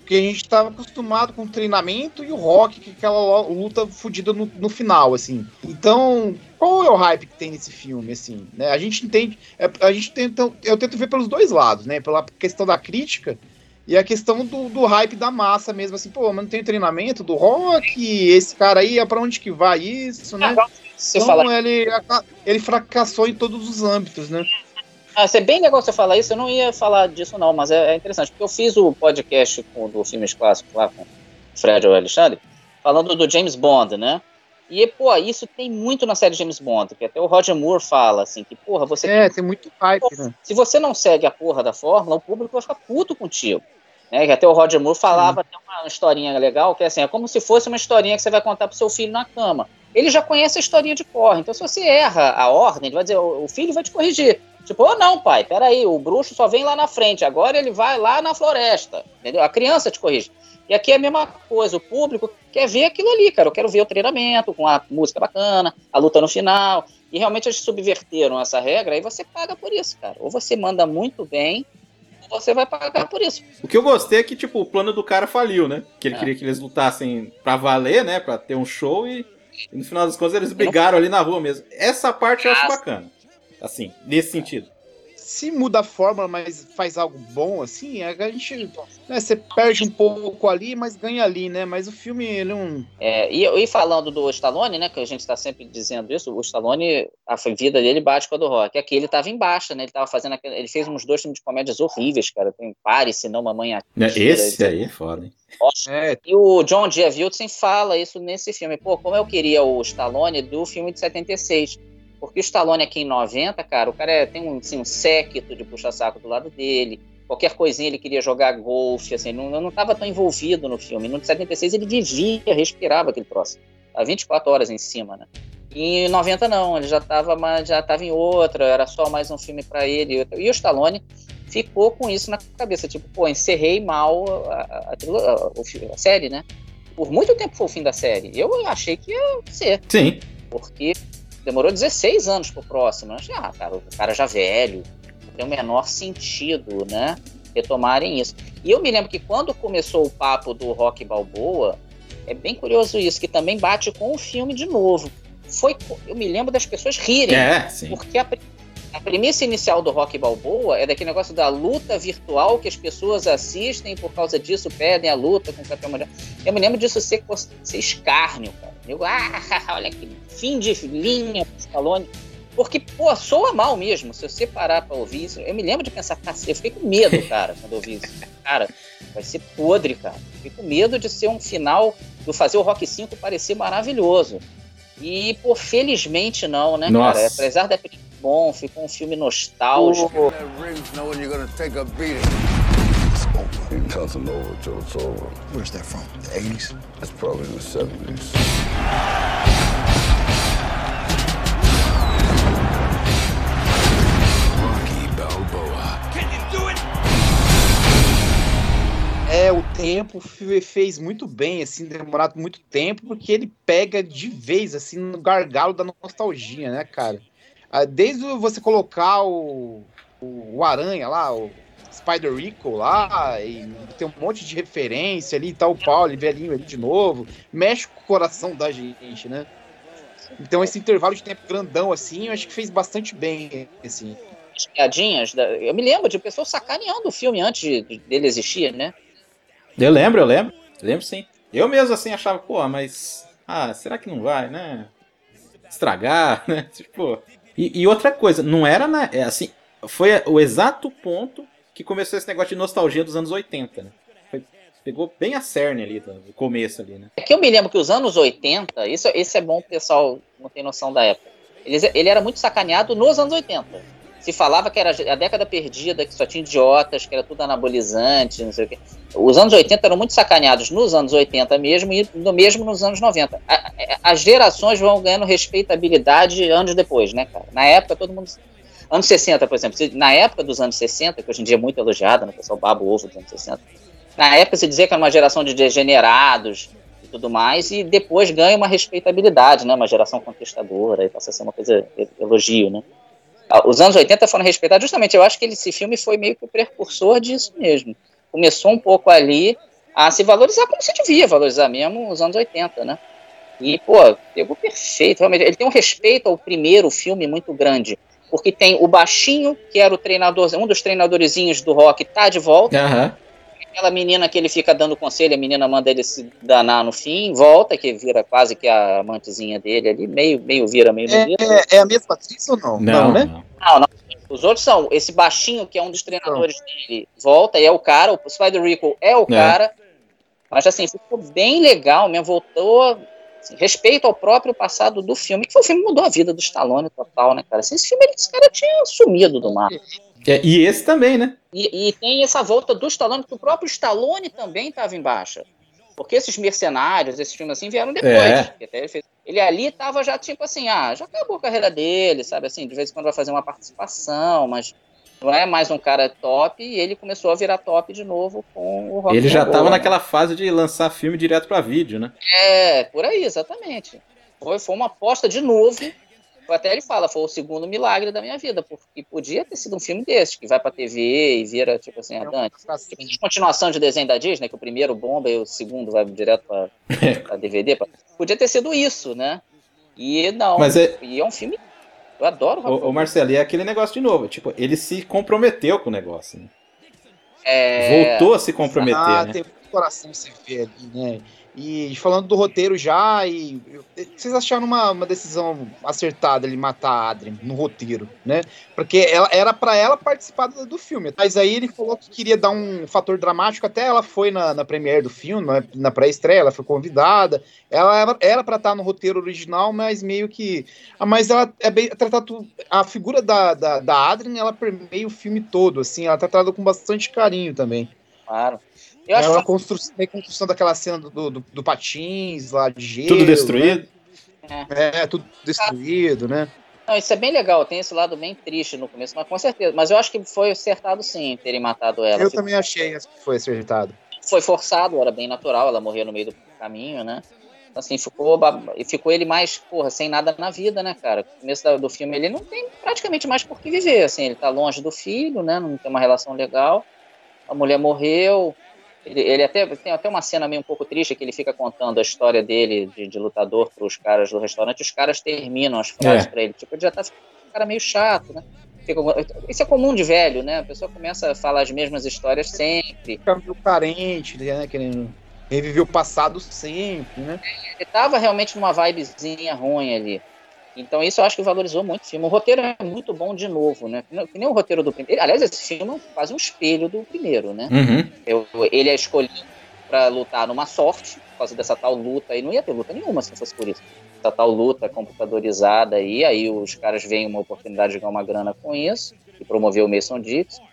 Porque a gente tava acostumado com o treinamento e o Rock, que é aquela luta fodida no, no final, assim. Então, qual é o hype que tem nesse filme, assim? Né? A gente entende... A gente tenta, eu tento ver pelos dois lados, né? Pela questão da crítica e a questão do, do hype da massa mesmo, assim. Pô, mas não tem treinamento do Rock? Esse cara aí, é pra onde que vai isso, né? Você então, fala... ele, ele fracassou em todos os âmbitos, né? Ah, é bem legal você falar isso, eu não ia falar disso não, mas é, é interessante, porque eu fiz o podcast com, do Filmes Clássicos lá com o Fred e o Alexandre, falando do James Bond, né? E, pô, isso tem muito na série James Bond, que até o Roger Moore fala, assim, que, porra, você... É, tem muito hype, né? Se você não segue a porra da fórmula, o público vai ficar puto contigo. Né? Que até o Roger Moore falava, uhum. Tem uma historinha legal, que é assim, é como se fosse uma historinha que você vai contar pro seu filho na cama. Ele já conhece a historinha de cor, então se você erra a ordem, ele vai dizer, o filho vai te corrigir. Tipo, oh, não, pai, peraí, o bruxo só vem lá na frente, agora ele vai lá na floresta, entendeu? A criança te corrige. E aqui é a mesma coisa, o público quer ver aquilo ali, cara, eu quero ver o treinamento com a música bacana, a luta no final, e realmente eles subverteram essa regra, aí você paga por isso, cara. Ou você manda muito bem, ou você vai pagar por isso. O que eu gostei é que, tipo, o plano do cara faliu, né? Que ele é. queria que eles lutassem pra valer, né, pra ter um show, e, e no final das contas eles brigaram ali na rua mesmo. Essa parte eu acho bacana. Assim, nesse sentido. Se muda a fórmula, mas faz algo bom, assim, a gente... Né, você perde um pouco ali, mas ganha ali, né? Mas o filme, ele não... É, e, e falando do Stallone, né? Que a gente está sempre dizendo isso, o Stallone, a vida dele bate com a do Rock. Aqui ele estava em baixa, né? Ele tava fazendo aquele, ele fez uns dois filmes de comédias horríveis, cara. Tem Pare, Se Não Mamãe Atira. Esse aí é foda, hein? É. E o John G. Avildsen fala isso nesse filme. Pô, como eu queria o Stallone do filme de setenta e seis... Porque o Stallone aqui em noventa, cara, o cara é, tem um, assim, um séquito de puxa-saco do lado dele. Qualquer coisinha ele queria jogar golfe, assim, não, não tava tão envolvido no filme. No de setenta e seis ele vivia, respirava aquele troço. Há vinte e quatro horas em cima, né? E em noventa não, ele já tava, já tava em outra, era só mais um filme pra ele. E o Stallone ficou com isso na cabeça, tipo, pô, encerrei mal a, a, a, a série, né? Por muito tempo foi o fim da série. Eu achei que ia ser. Sim. Porque... demorou dezesseis anos pro próximo. Eu achei, ah, cara, o cara já velho, tem o menor sentido, né, retomarem isso. E eu me lembro que quando começou o papo do Rocky Balboa, é bem curioso isso, que também bate com o filme de novo. Foi, eu me lembro das pessoas rirem, é, sim. Porque a, a premissa inicial do Rocky Balboa é daquele negócio da luta virtual que as pessoas assistem e por causa disso pedem a luta com o campeão mundial. Eu me lembro disso ser, ser escárnio, cara. Eu, ah, olha que fim de linha pro Stallone. Porque, pô, soa mal mesmo. Se você parar pra ouvir isso, eu me lembro de pensar, cacete, eu fiquei com medo, cara, quando eu ouvi isso. Cara, vai ser podre, cara. Fiquei com medo de ser um final, de fazer o Rocky cinco parecer maravilhoso. E, pô, felizmente não, né, Nossa. cara? Apesar da bom, ficou um filme nostálgico. You tell them over till it's over. Where's that from? The eighties? It's probably the seventies. Rocky Balboa. Can you do it? É, o tempo fez muito bem, assim, demorado muito tempo, porque ele pega de vez, assim, no gargalo da nostalgia, né, cara? Desde você colocar o, o, o Aranha lá, o Spider Rico lá, e tem um monte de referência ali, tá o Paulo, velhinho ali de novo, mexe com o coração da gente, né? Então esse intervalo de tempo grandão, assim, eu acho que fez bastante bem, assim. As piadinhas, da... eu me lembro de pessoas sacaneando o filme antes dele existir, né? Eu lembro, eu lembro, lembro sim. Eu mesmo, assim, achava, pô, mas, ah, será que não vai, né? Estragar, né? Tipo... E, e outra coisa, não era, na, é, assim, foi o exato ponto que começou esse negócio de nostalgia dos anos oitenta, né? Foi, pegou bem a cerne ali, do começo ali, né? É que eu me lembro que os anos oitenta, isso, isso é bom o pessoal não tem noção da época, ele, ele era muito sacaneado nos anos oitenta. Se falava que era a década perdida, que só tinha idiotas, que era tudo anabolizante, não sei o quê. Os anos oitenta eram muito sacaneados nos anos oitenta mesmo e no mesmo nos anos noventa. A, a, as gerações vão ganhando respeitabilidade anos depois, né, cara? Na época, todo mundo... Anos sessenta, por exemplo. Na época dos anos sessenta, que hoje em dia é muito elogiada, né, o pessoal baba o ovo dos anos sessenta. Na época se dizia que era uma geração de degenerados e tudo mais, e depois ganha uma respeitabilidade, né? Uma geração contestadora, e passa a ser uma coisa, elogio, né? Os anos oitenta foram respeitados justamente, eu acho que esse filme foi meio que o precursor disso mesmo. Começou um pouco ali, a se valorizar como se devia valorizar mesmo os anos oitenta, né? E, pô, pegou perfeito, realmente. Ele tem um respeito ao primeiro filme muito grande, porque tem o baixinho, que era o treinador, um dos treinadorzinhos do Rock, tá de volta. Aham. Aquela menina que ele fica dando conselho, a menina manda ele se danar no fim, volta, que vira quase que a amantezinha dele ali, meio, meio vira, meio não É, vira. é, é a mesma atriz ou não? Não, né? não. Não, não. Os outros são, esse baixinho, que é um dos treinadores dele, volta e é o cara, o Spider Rico é o É. cara, mas assim, ficou bem legal mesmo, voltou, assim, respeito ao próprio passado do filme, que foi o filme que mudou a vida do Stallone total, né, cara? Assim, esse filme, esse cara tinha sumido do mapa. É, e esse também, né? E, e tem essa volta do Stallone, que o próprio Stallone também estava em baixa. Porque esses mercenários, esses filmes assim, vieram depois. É. Que até ele, fez... ele ali tava já tipo assim, ah, já acabou a carreira dele, sabe assim, de vez em quando vai fazer uma participação, mas não é mais um cara top, e ele começou a virar top de novo com o Rock Ele já Balboa, tava né? naquela fase de lançar filme direto pra vídeo, né? É, por aí, exatamente. Foi, foi uma aposta de novo. Até ele fala, foi o segundo milagre da minha vida, porque podia ter sido um filme desse, que vai pra T V e vira, tipo assim, a Dante. Tipo, a continuação de desenho da Disney, que o primeiro bomba e o segundo vai direto pra, pra D V D. Pra... Podia ter sido isso, né? E não, Mas é- e é um filme... Eu adoro o Rock Ô, ô Balboa. Marcelo, e é aquele negócio de novo. Tipo, ele se comprometeu com o negócio, né? É... Voltou a se comprometer, Ah, né? tem muito coração você vê ali, né? E falando do roteiro já, e vocês acharam uma, uma decisão acertada ele matar a Adrien no roteiro, né? Porque ela, era pra ela participar do, do filme. Mas aí ele falou que queria dar um fator dramático, até ela foi na, na premiere do filme, na, na pré-estreia, ela foi convidada. Ela era, era pra estar no roteiro original, mas meio que... Ah, mas ela é bem tratado... A figura da, da, da Adrien, ela permeia o filme todo, assim, ela é tratada com bastante carinho também. Claro. Eu acho Ela que... construção, reconstrução daquela cena do, do, do patins lá de gelo. Tudo destruído. Né? É, tudo destruído, né? Não, isso é bem legal, tem esse lado bem triste no começo, mas com certeza. Mas eu acho que foi acertado sim, terem matado ela. Eu Ficou- também achei que foi acertado. Foi forçado, era bem natural, ela morria no meio do caminho, né? Assim, ficou, ba- e ficou ele mais, porra, sem nada na vida, né, cara? No começo da- do filme ele não tem praticamente mais por que viver, assim, ele tá longe do filho, né? Não tem uma relação legal. A mulher morreu. Ele, ele até tem até uma cena meio um pouco triste que ele fica contando a história dele de, de lutador pros caras do restaurante. Os caras terminam as frases É. pra ele. Tipo, ele já tá ficando um cara meio chato, né? Fica- isso é comum de velho, né? A pessoa começa a falar as mesmas histórias sempre. Fica meio carente, né? Querendo reviver o passado sempre, né? Ele tava realmente numa vibezinha ruim ali. Então isso eu acho que valorizou muito o filme. O roteiro é muito bom de novo, né? Que nem- que nem o roteiro do primeiro. Aliás, esse filme é quase um espelho do primeiro, né? Uhum. Eu- ele é escolhido pra lutar numa sorte, por causa dessa tal luta aí. Não ia ter luta nenhuma se não fosse por isso. Essa tal luta computadorizada aí. Aí os caras veem uma oportunidade de ganhar uma grana com isso. E promover o Mason Dixon.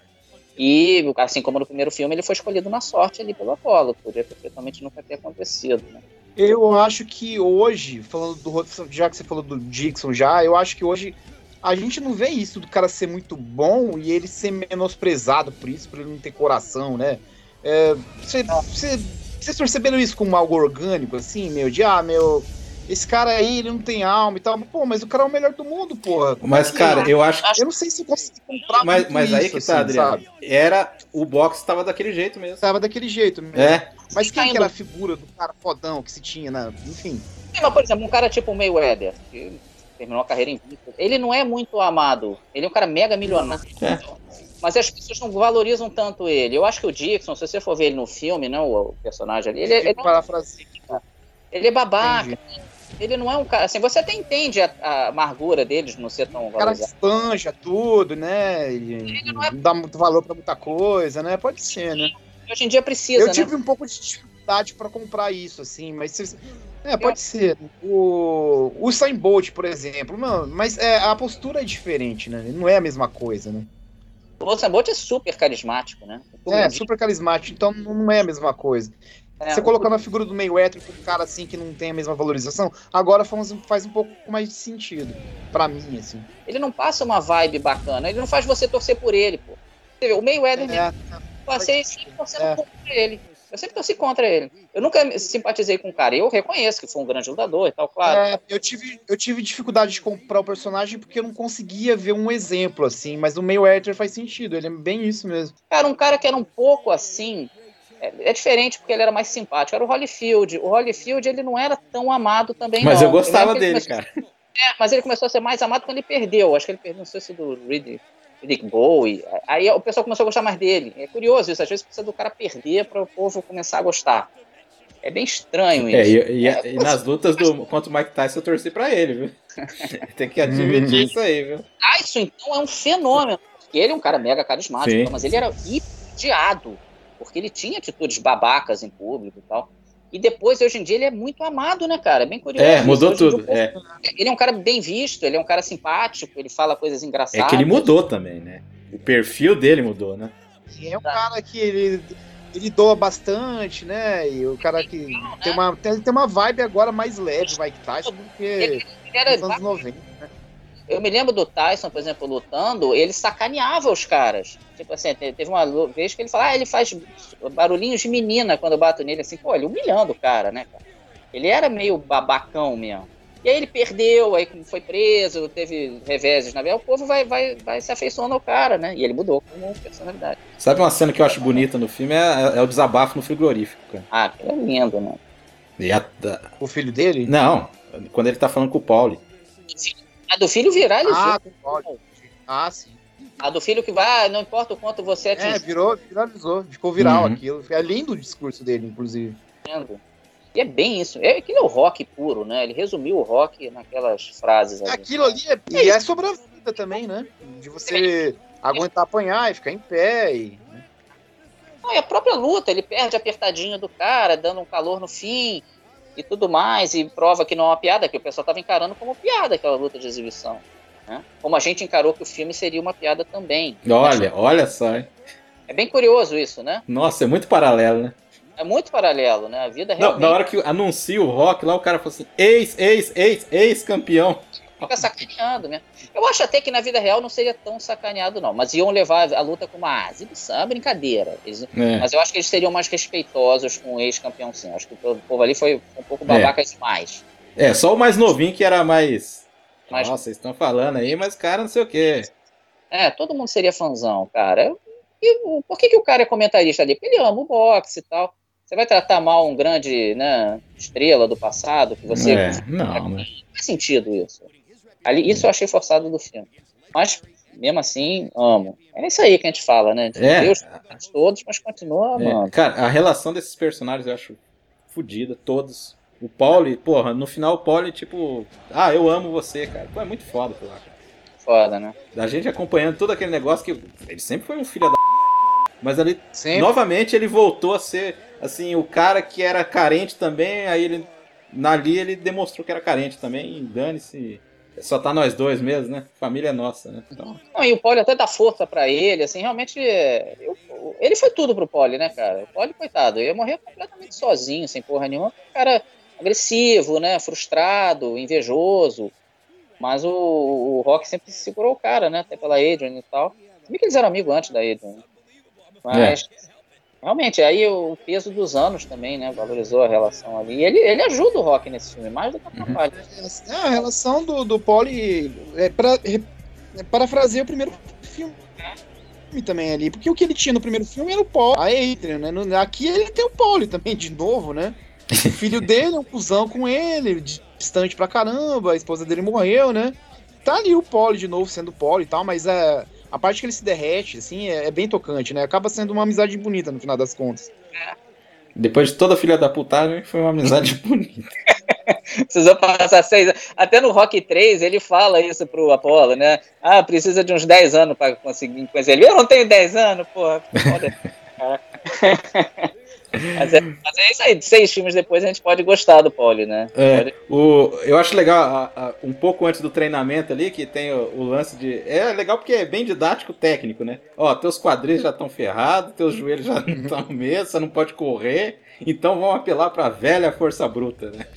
E, assim como no primeiro filme, ele foi escolhido na sorte ali pelo Apollo. Podia perfeitamente nunca ter acontecido, né? Eu acho que hoje, falando do ro- já que você falou do Dixon já, eu acho que hoje a gente não vê isso do cara ser muito bom e ele ser menosprezado por isso, por ele não ter coração, né? É, você- você- vocês perceberam isso como algo orgânico, assim, meu? De, ah, meu, esse cara aí, ele não tem alma e tal. Pô, mas o cara é o melhor do mundo, porra. Como Mas, é que- cara, eu acho que. Eu não sei se eu consegui comprar Mas, muito mas aí isso, que tá, assim, Adriano. sabe? Era. O box tava daquele jeito mesmo. Tava daquele jeito mesmo. É. Mas quem Tá que era a indo. figura do cara fodão que se tinha, na... enfim. Sim, mas, por exemplo, um cara tipo o Mayweather, que terminou a carreira invicta, ele não é muito amado. Ele é um cara mega milionário. É. Mas as pessoas não valorizam tanto ele. Eu acho que o Dixon, se você for ver ele no filme, né, o, o personagem ali, ele, ele, Ele parafraseia. ele é babaca. Entendi. Ele não é um cara... Assim, você até entende a, a amargura deles não ser tão O cara valorizado. espanja tudo, né? Ele não é- não dá muito valor pra muita coisa, né? Pode ser, né? Hoje em dia precisa, Eu né? tive um pouco de dificuldade pra comprar isso, assim, mas se- é, pode ser. O o Usain Bolt, por exemplo, não, mas é, a postura é diferente, né? Não é a mesma coisa, né? O Usain Bolt é super carismático, né? É, super carismático, então não é a mesma coisa. É, Você colocando a figura do Mayweather com um cara assim que não tem a mesma valorização, agora faz, faz um pouco mais de sentido. Pra mim, assim. Ele não passa uma vibe bacana. Ele não faz você torcer por ele, pô. Você vê, o Mayweather É, passei sempre torcendo É. contra ele. Eu sempre torci contra ele. Eu nunca simpatizei com o cara. Eu reconheço que foi um grande lutador e tal, claro. é, eu, tive, eu tive dificuldade de comprar o personagem porque eu não conseguia ver um exemplo, assim, mas o Mayweather faz sentido, ele é bem isso mesmo. Cara, um cara que era um pouco assim, É, é diferente porque ele era mais simpático. Era o Holyfield. O Holyfield, ele não era tão amado também, Mas não. eu gostava eu dele, começou... cara. É, mas ele começou a ser mais amado quando ele perdeu. Acho que ele perdeu, não sei se do Riddick, Riddick Bowe. Aí o pessoal começou a gostar mais dele. É curioso isso. Às vezes precisa do cara perder para o povo começar a gostar. É bem estranho isso. É, e, e, é, e nas lutas do, contra o Mike Tyson eu torci pra ele, viu? Tem que admitir isso aí, viu? Tyson, então, é um fenômeno. Porque ele é um cara mega carismático, Sim. mas ele era odiado. Porque ele tinha atitudes babacas em público e tal. E depois, hoje em dia, ele é muito amado, né, cara? É bem curioso. É, mudou isso. tudo. Dia, é. Ele é um cara bem visto, ele é um cara simpático, ele fala coisas engraçadas. É que ele mudou também, né? O perfil dele mudou, né? É um cara que ele, ele doa bastante, né? E o cara que Não, tem, né? uma, tem, tem uma vibe agora mais leve, Mike Tyson, do que Ele, ele era, nos anos noventa, né? eu me lembro do Tyson, por exemplo, lutando, ele sacaneava os caras. Tipo assim, teve uma vez que ele fala, ah, ele faz barulhinhos de menina quando eu bato nele, assim, pô, ele humilhando o cara, né, cara? Ele era meio babacão mesmo. E aí ele perdeu, aí foi preso, teve reveses, na verdade, o povo vai, vai, vai se afeiçoando ao cara, né? E ele mudou como personalidade. Sabe uma cena que eu acho bonita no filme? É, é o desabafo no frigorífico, cara. Ah, aquilo é lindo, né? E a, a... O filho dele? Não, quando ele tá falando com o Pauli. A do filho viralizou. Ah, com ah, sim. A do filho que vai, ah, não importa o quanto você atinge. É, virou, viralizou, ficou viral Uhum. aquilo. É lindo o discurso dele, inclusive. E é bem isso. É, aquilo é o rock puro, né? Ele resumiu o rock naquelas frases ali. Aquilo ali é, e é sobre a vida também, né? De você aguentar apanhar e ficar em pé. E... Não, e a própria luta, ele perde apertadinho do cara, dando um calor no fim e tudo mais, e prova que não é uma piada, que o pessoal estava encarando como piada aquela luta de exibição. Né? Como a gente encarou que o filme seria uma piada também. Olha, olha só, hein? É bem curioso isso, né? Nossa, é muito paralelo, né? É muito paralelo, né? A vida Não, realmente na hora que anuncia o Rock, lá o cara fala assim, ex, ex, ex, ex-campeão. fica sacaneando mesmo. Eu acho até que na vida real não seria tão sacaneado, não. Mas iam levar a luta como uma exibição, uma brincadeira. Eles, É. Mas eu acho que eles seriam mais respeitosos com o ex-campeão, sim. Acho que o povo ali foi um pouco babaca demais. É, só o mais novinho que era mais... Mas- Nossa, vocês estão falando aí, mas cara não sei o quê. É, todo mundo seria fãzão, cara. E o- por que, que o cara é comentarista ali? Porque ele ama o boxe e tal. Você vai tratar mal um grande, né, estrela do passado que você... É, não, né? Não faz sentido isso. Ali, isso eu achei forçado do filme. Mas, mesmo assim, amo. É isso aí que a gente fala, né? É. Deus todos, mas continua amando. É, cara, a relação desses personagens eu acho fodida, todos. O Pauli, porra, no final o Pauli, tipo, ah, eu amo você, cara. Pô, é muito foda, lá, cara. Foda, né? A gente acompanhando todo aquele negócio que ele sempre foi um filho da mas ali, Sempre. novamente, ele voltou a ser, assim, o cara que era carente também, aí ele, ali ele demonstrou que era carente também, e dane-se, só tá nós dois mesmo, né? Família é nossa, né? Então, Não, e o Poli até dá força pra ele, assim, realmente, é, eu- ele foi tudo pro Poli, né, cara? O Poli, coitado, ia morrer completamente sozinho, sem porra nenhuma, um cara agressivo, né, frustrado, invejoso, mas o, o Rock sempre segurou o cara, né, até pela Adrian e tal. Se bem que eles eram amigos antes da Adrian, né? Mas, realmente, aí o peso dos anos também, né, valorizou a relação ali. E ele, ele ajuda o Rock nesse filme, mais do que atrapalha. É, a relação do, do Poli é, pra, é, parafraseia o primeiro filme também ali, porque o que ele tinha no primeiro filme era o Poli, a Adrian, né? No, aqui ele tem o Poli também, de novo, né? O filho dele é um cuzão com ele, distante pra caramba, a esposa dele morreu, né? Tá ali o Poli de novo sendo Poli e tal, mas é, a parte que ele se derrete, assim, é, é bem tocante, né? Acaba sendo uma amizade bonita no final das contas. depois de toda a filha da putagem, foi uma amizade bonita. Precisou passar seis anos. Até no Rock três ele fala isso pro Apollo, né? Ah, precisa de uns dez anos pra conseguir conhecer ele. Eu não tenho dez anos, porra. Foda. Mas é, mas é isso aí, seis filmes depois a gente pode gostar do Poli, né? É, Pode- o, eu acho legal, a- a- um pouco antes do treinamento ali, que tem o, o lance de... É legal porque é bem didático técnico, né? Ó, teus quadris já estão ferrados, teus joelhos já não estão mesmo, você não pode correr, então vamos apelar pra velha força bruta, né?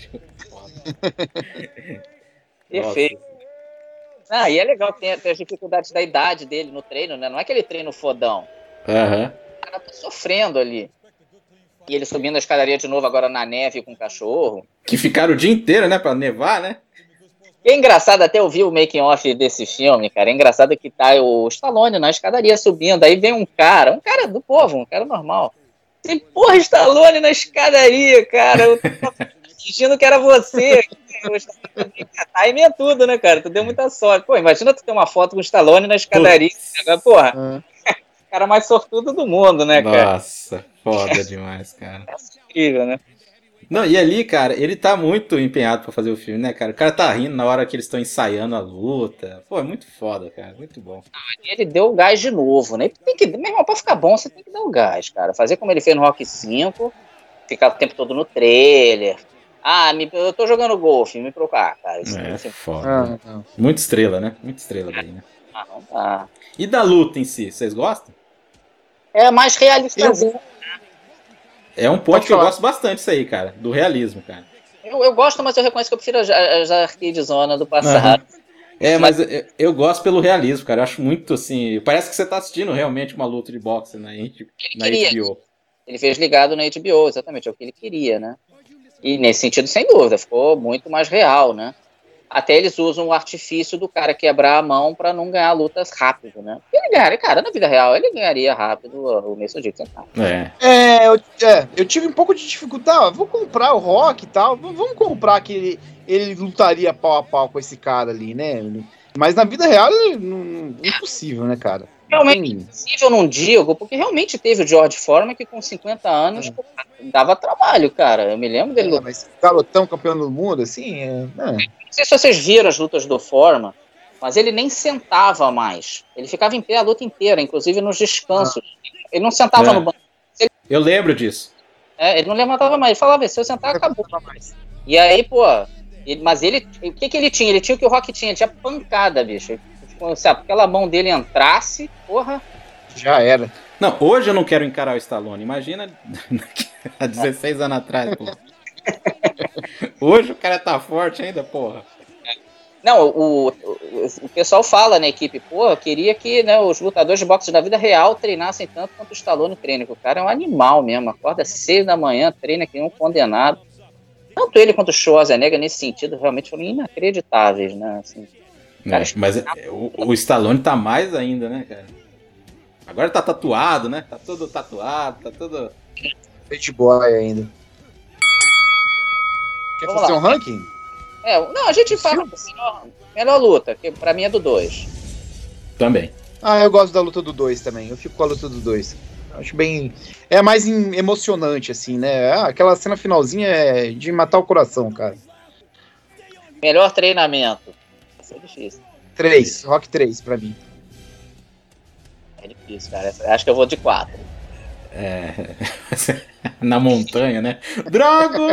Perfeito. Ah, e é legal que tem, tem as dificuldades da idade dele no treino, né? Não é aquele treino fodão. Aham. O cara tá sofrendo ali. E ele subindo a escadaria de novo agora na neve com o cachorro. Que ficaram o dia inteiro, né, pra nevar, né? E é engraçado até eu vi o making off desse filme, cara. É engraçado que tá o Stallone na escadaria subindo. Aí vem um cara, um cara do povo, um cara normal. Assim, porra, Stallone na escadaria, cara. Eu tava fingindo que era você. Time é tudo, né, cara? Tu deu muita sorte. Pô, imagina tu ter uma foto com o Stallone na escadaria. Né? Porra, Ah. cara mais sortudo do mundo, né, cara? Nossa, foda demais, cara. É incrível, né? Não, e ali, cara, ele tá muito empenhado pra fazer o filme, né, cara? O cara tá rindo na hora que eles estão ensaiando a luta. Pô, é muito foda, cara. Muito bom. Ele deu o gás de novo, né? Tem que, meu irmão, pra ficar bom, você tem que dar o gás, cara. Fazer como ele fez no Rock cinco, ficar o tempo todo no trailer. Ah, me, eu tô jogando golfe, me procurar, cara. Isso É, assim, foda. Ah, não. Muita estrela, né? Muita estrela daí, né? ah, não dá. E da luta em si, vocês gostam? É mais realistazinho. É um ponto Pode que eu falar. gosto bastante isso aí, cara. Do realismo, cara. Eu, eu gosto, mas eu reconheço que eu prefiro as, as arcade zona do passado. É, mas eu, eu gosto pelo realismo, cara. Eu acho muito assim. Parece que você tá assistindo realmente uma luta de boxe na, na queria. H B O. Ele fez ligado na H B O, exatamente, é o que ele queria, né? E nesse sentido, sem dúvida, ficou muito mais real, né? Até eles usam o artifício do cara quebrar a mão pra não ganhar lutas rápido, né? Porque ele ganharia, cara, na vida real, ele ganharia rápido o Mason Dixon. Tá? É. É, eu, é, eu tive um pouco de dificuldade. Ah, vou comprar o Rock e tal. v- Vamos comprar que ele, ele lutaria pau a pau com esse cara ali, né? Mas na vida real, ele, não, não- impossível, né, cara? Realmente Tem- impossível, eu não digo, porque realmente teve o George Foreman que com cinquenta anos pô, dava trabalho, cara. Eu me lembro dele É, lutar. mas garotão campeão do mundo, assim, é, é. Não sei se vocês viram as lutas do Foreman, mas ele nem sentava mais. Ele ficava em pé a luta inteira, inclusive nos descansos. Ele não sentava É. no banco. Eu lembro disso. É, ele não levantava mais. Ele falava, se eu sentar, acabou. mais. E aí, pô, ele- mas ele, o que que ele tinha? Ele tinha o que o Rock tinha, ele tinha pancada, bicho. Se aquela mão dele entrasse, porra, Já era. Não, hoje eu não quero encarar o Stallone. Imagina há dezesseis anos atrás, pô. Hoje o cara tá forte ainda, porra. não, o, o, o pessoal fala na equipe, pô, queria que né, os lutadores de boxe da vida real treinassem tanto quanto o Stallone treina, que o cara é um animal mesmo, acorda às seis da manhã, treina que nem um condenado. Tanto ele quanto o Schwarzenegger, nesse sentido, realmente foram inacreditáveis, né, assim. Cara, É, mas é, o, o Stallone tá mais ainda, né, cara? Agora tá tatuado, né? Tá todo tatuado, tá todo... Pet boy ainda. Quer Vamos fazer lá. um ranking? É, não, a gente fala melhor, melhor luta, que pra mim é do dois. Também. Ah, eu gosto da luta do dois também. Eu fico com a luta do dois. Acho bem. É mais em- emocionante, assim, né? Ah, aquela cena finalzinha é de matar o coração, cara. Melhor treinamento. Isso é difícil. três, Rock três pra mim. É difícil, cara. Essa- Acho que eu vou de quatro. É... Na montanha, né? Drago!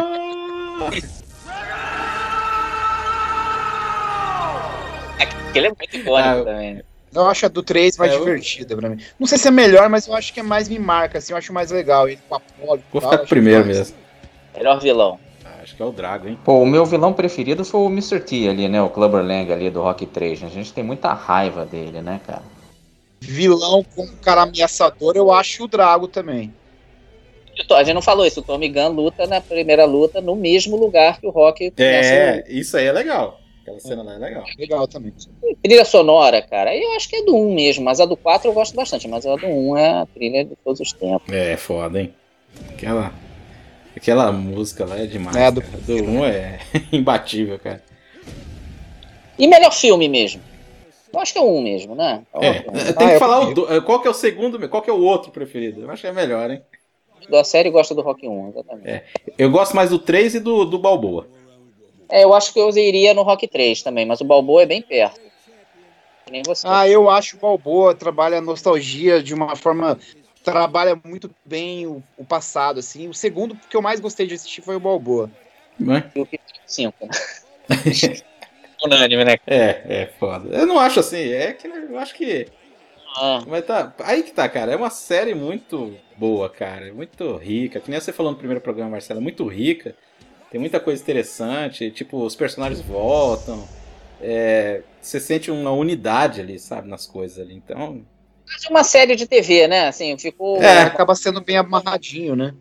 Aquele é muito icônico Ah, eu- também. né? Eu acho a do três mais É, eu- divertida pra mim. Não sei se é melhor, mas eu acho que é mais me marca, assim. Eu acho mais legal. Ele com a Apollo e Vou tal, ficar com o acho primeiro mais. mesmo. Melhor vilão. Acho que é o Drago, hein? Pô, o meu vilão preferido foi o mister T ali, né? O Clubber Lang ali do Rock três. Né? A gente tem muita raiva dele, né, cara? Vilão com um cara ameaçador, eu acho o Drago também. E o To- A gente não falou isso, o Tommy Gunn luta na primeira luta no mesmo lugar que o Rock começa a É, luta. isso aí é legal. Aquela cena lá é legal. Legal também. Trilha sonora, cara, aí eu acho que é do um mesmo, mas a do quatro eu gosto bastante, mas a do um é a trilha de todos os tempos. É, foda, hein? Aquela, aquela música lá é demais. É, do- cara. do um é imbatível, cara. E melhor filme mesmo? Eu acho que é o um mesmo, né? É, o um. tem Ah, que eu falar o prefiro. do- qual que é o segundo, qual que é o outro preferido. Eu acho que é melhor, hein? Da série gosta do Rock um, exatamente. É. Eu gosto mais do três e do, do Balboa. É, eu acho que eu iria no Rock três também, mas o Balboa é bem perto. Que nem você. Ah, eu acho o Balboa trabalha a nostalgia de uma forma. Trabalha muito bem o, o passado, assim. O segundo que eu mais gostei de assistir foi o Balboa. Né? E o cinco, né? Unânime, né? É, é foda. Eu não acho assim, é que eu acho que. Ah, Mas tá. Aí que tá, cara. É uma série muito boa, cara. Muito rica. Que nem você falou no primeiro programa, Marcelo, é muito rica. Tem muita coisa interessante. Tipo, os personagens voltam. É, você sente uma unidade ali, sabe, nas coisas ali. Então. quase uma série de T V, né? Assim, ficou. É, acaba sendo bem amarradinho, né?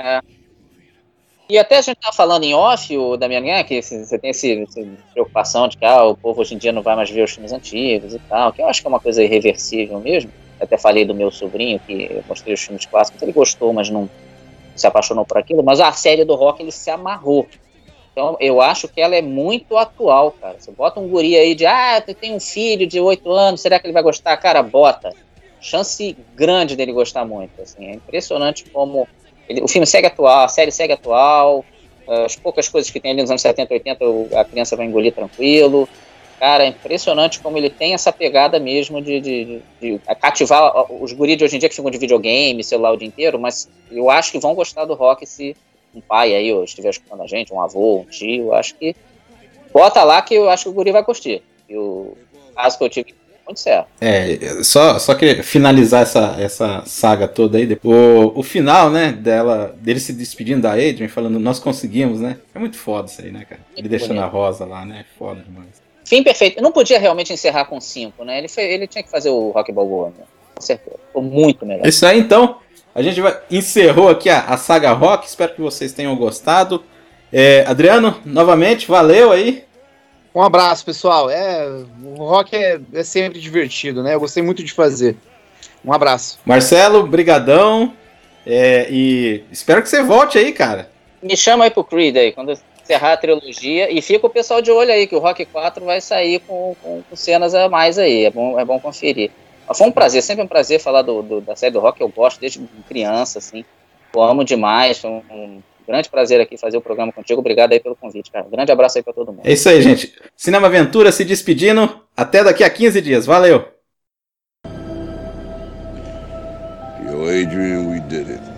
E até a gente tá falando em off, o Damian Guerra, que você tem esse, essa preocupação de que ah, o povo hoje em dia não vai mais ver os filmes antigos e tal, que eu acho que é uma coisa irreversível mesmo. Eu até falei do meu sobrinho, que eu mostrei os filmes clássicos, ele gostou, mas não, se apaixonou por aquilo, mas a série do Rock ele se amarrou. Então eu acho que ela é muito atual, cara. Você bota um guri aí de, ah, tu tem um filho de oito anos, será que ele vai gostar? Cara, bota. Chance grande dele gostar muito, assim. É impressionante como ele, o filme segue atual, a série segue atual, as poucas coisas que tem ali nos anos setenta, oitenta, a criança vai engolir tranquilo. Cara, é impressionante como ele tem essa pegada mesmo de, de, de, de cativar os guris de hoje em dia que ficam de videogame, celular o dia inteiro, mas eu acho que vão gostar do Rock se um pai aí ou estiver escutando a gente, um avô, um tio, eu acho que bota lá que eu acho que o guri vai curtir. E o caso que eu tive muito certo. É, só, só que finalizar essa, essa saga toda aí, o, o final, né, dela, dele se despedindo da Adrian, falando, nós conseguimos, né, é muito foda isso aí, né, cara, ele deixando a Rosa lá, né, foda demais. Fim perfeito. Não podia realmente encerrar com cinco, né? Ele, foi, ele tinha que fazer o Rock Balboa, né? Com certeza. Ficou muito melhor. Isso aí, então. A gente vai, encerrou aqui a, a saga Rock. Espero que vocês tenham gostado. É, Adriano, novamente, valeu aí. Um abraço, pessoal. É, o Rock é, é sempre divertido, né? Eu gostei muito de fazer. Um abraço. Marcelo, brigadão. É, e espero que você volte aí, cara. Me chama aí pro Creed aí, quando encerrar a trilogia, e fica o pessoal de olho aí, que o Rock quatro vai sair com, com, com cenas a mais aí, é bom, é bom conferir. Mas foi um prazer, sempre um prazer falar do, do, da série do Rock, eu gosto desde criança, assim, eu amo demais, foi um, um grande prazer aqui fazer o programa contigo, obrigado aí pelo convite, cara, grande abraço aí pra todo mundo. É isso aí, gente, Cinema Aventura se despedindo, até daqui a quinze dias, valeu! Yo, Adrian, we did it.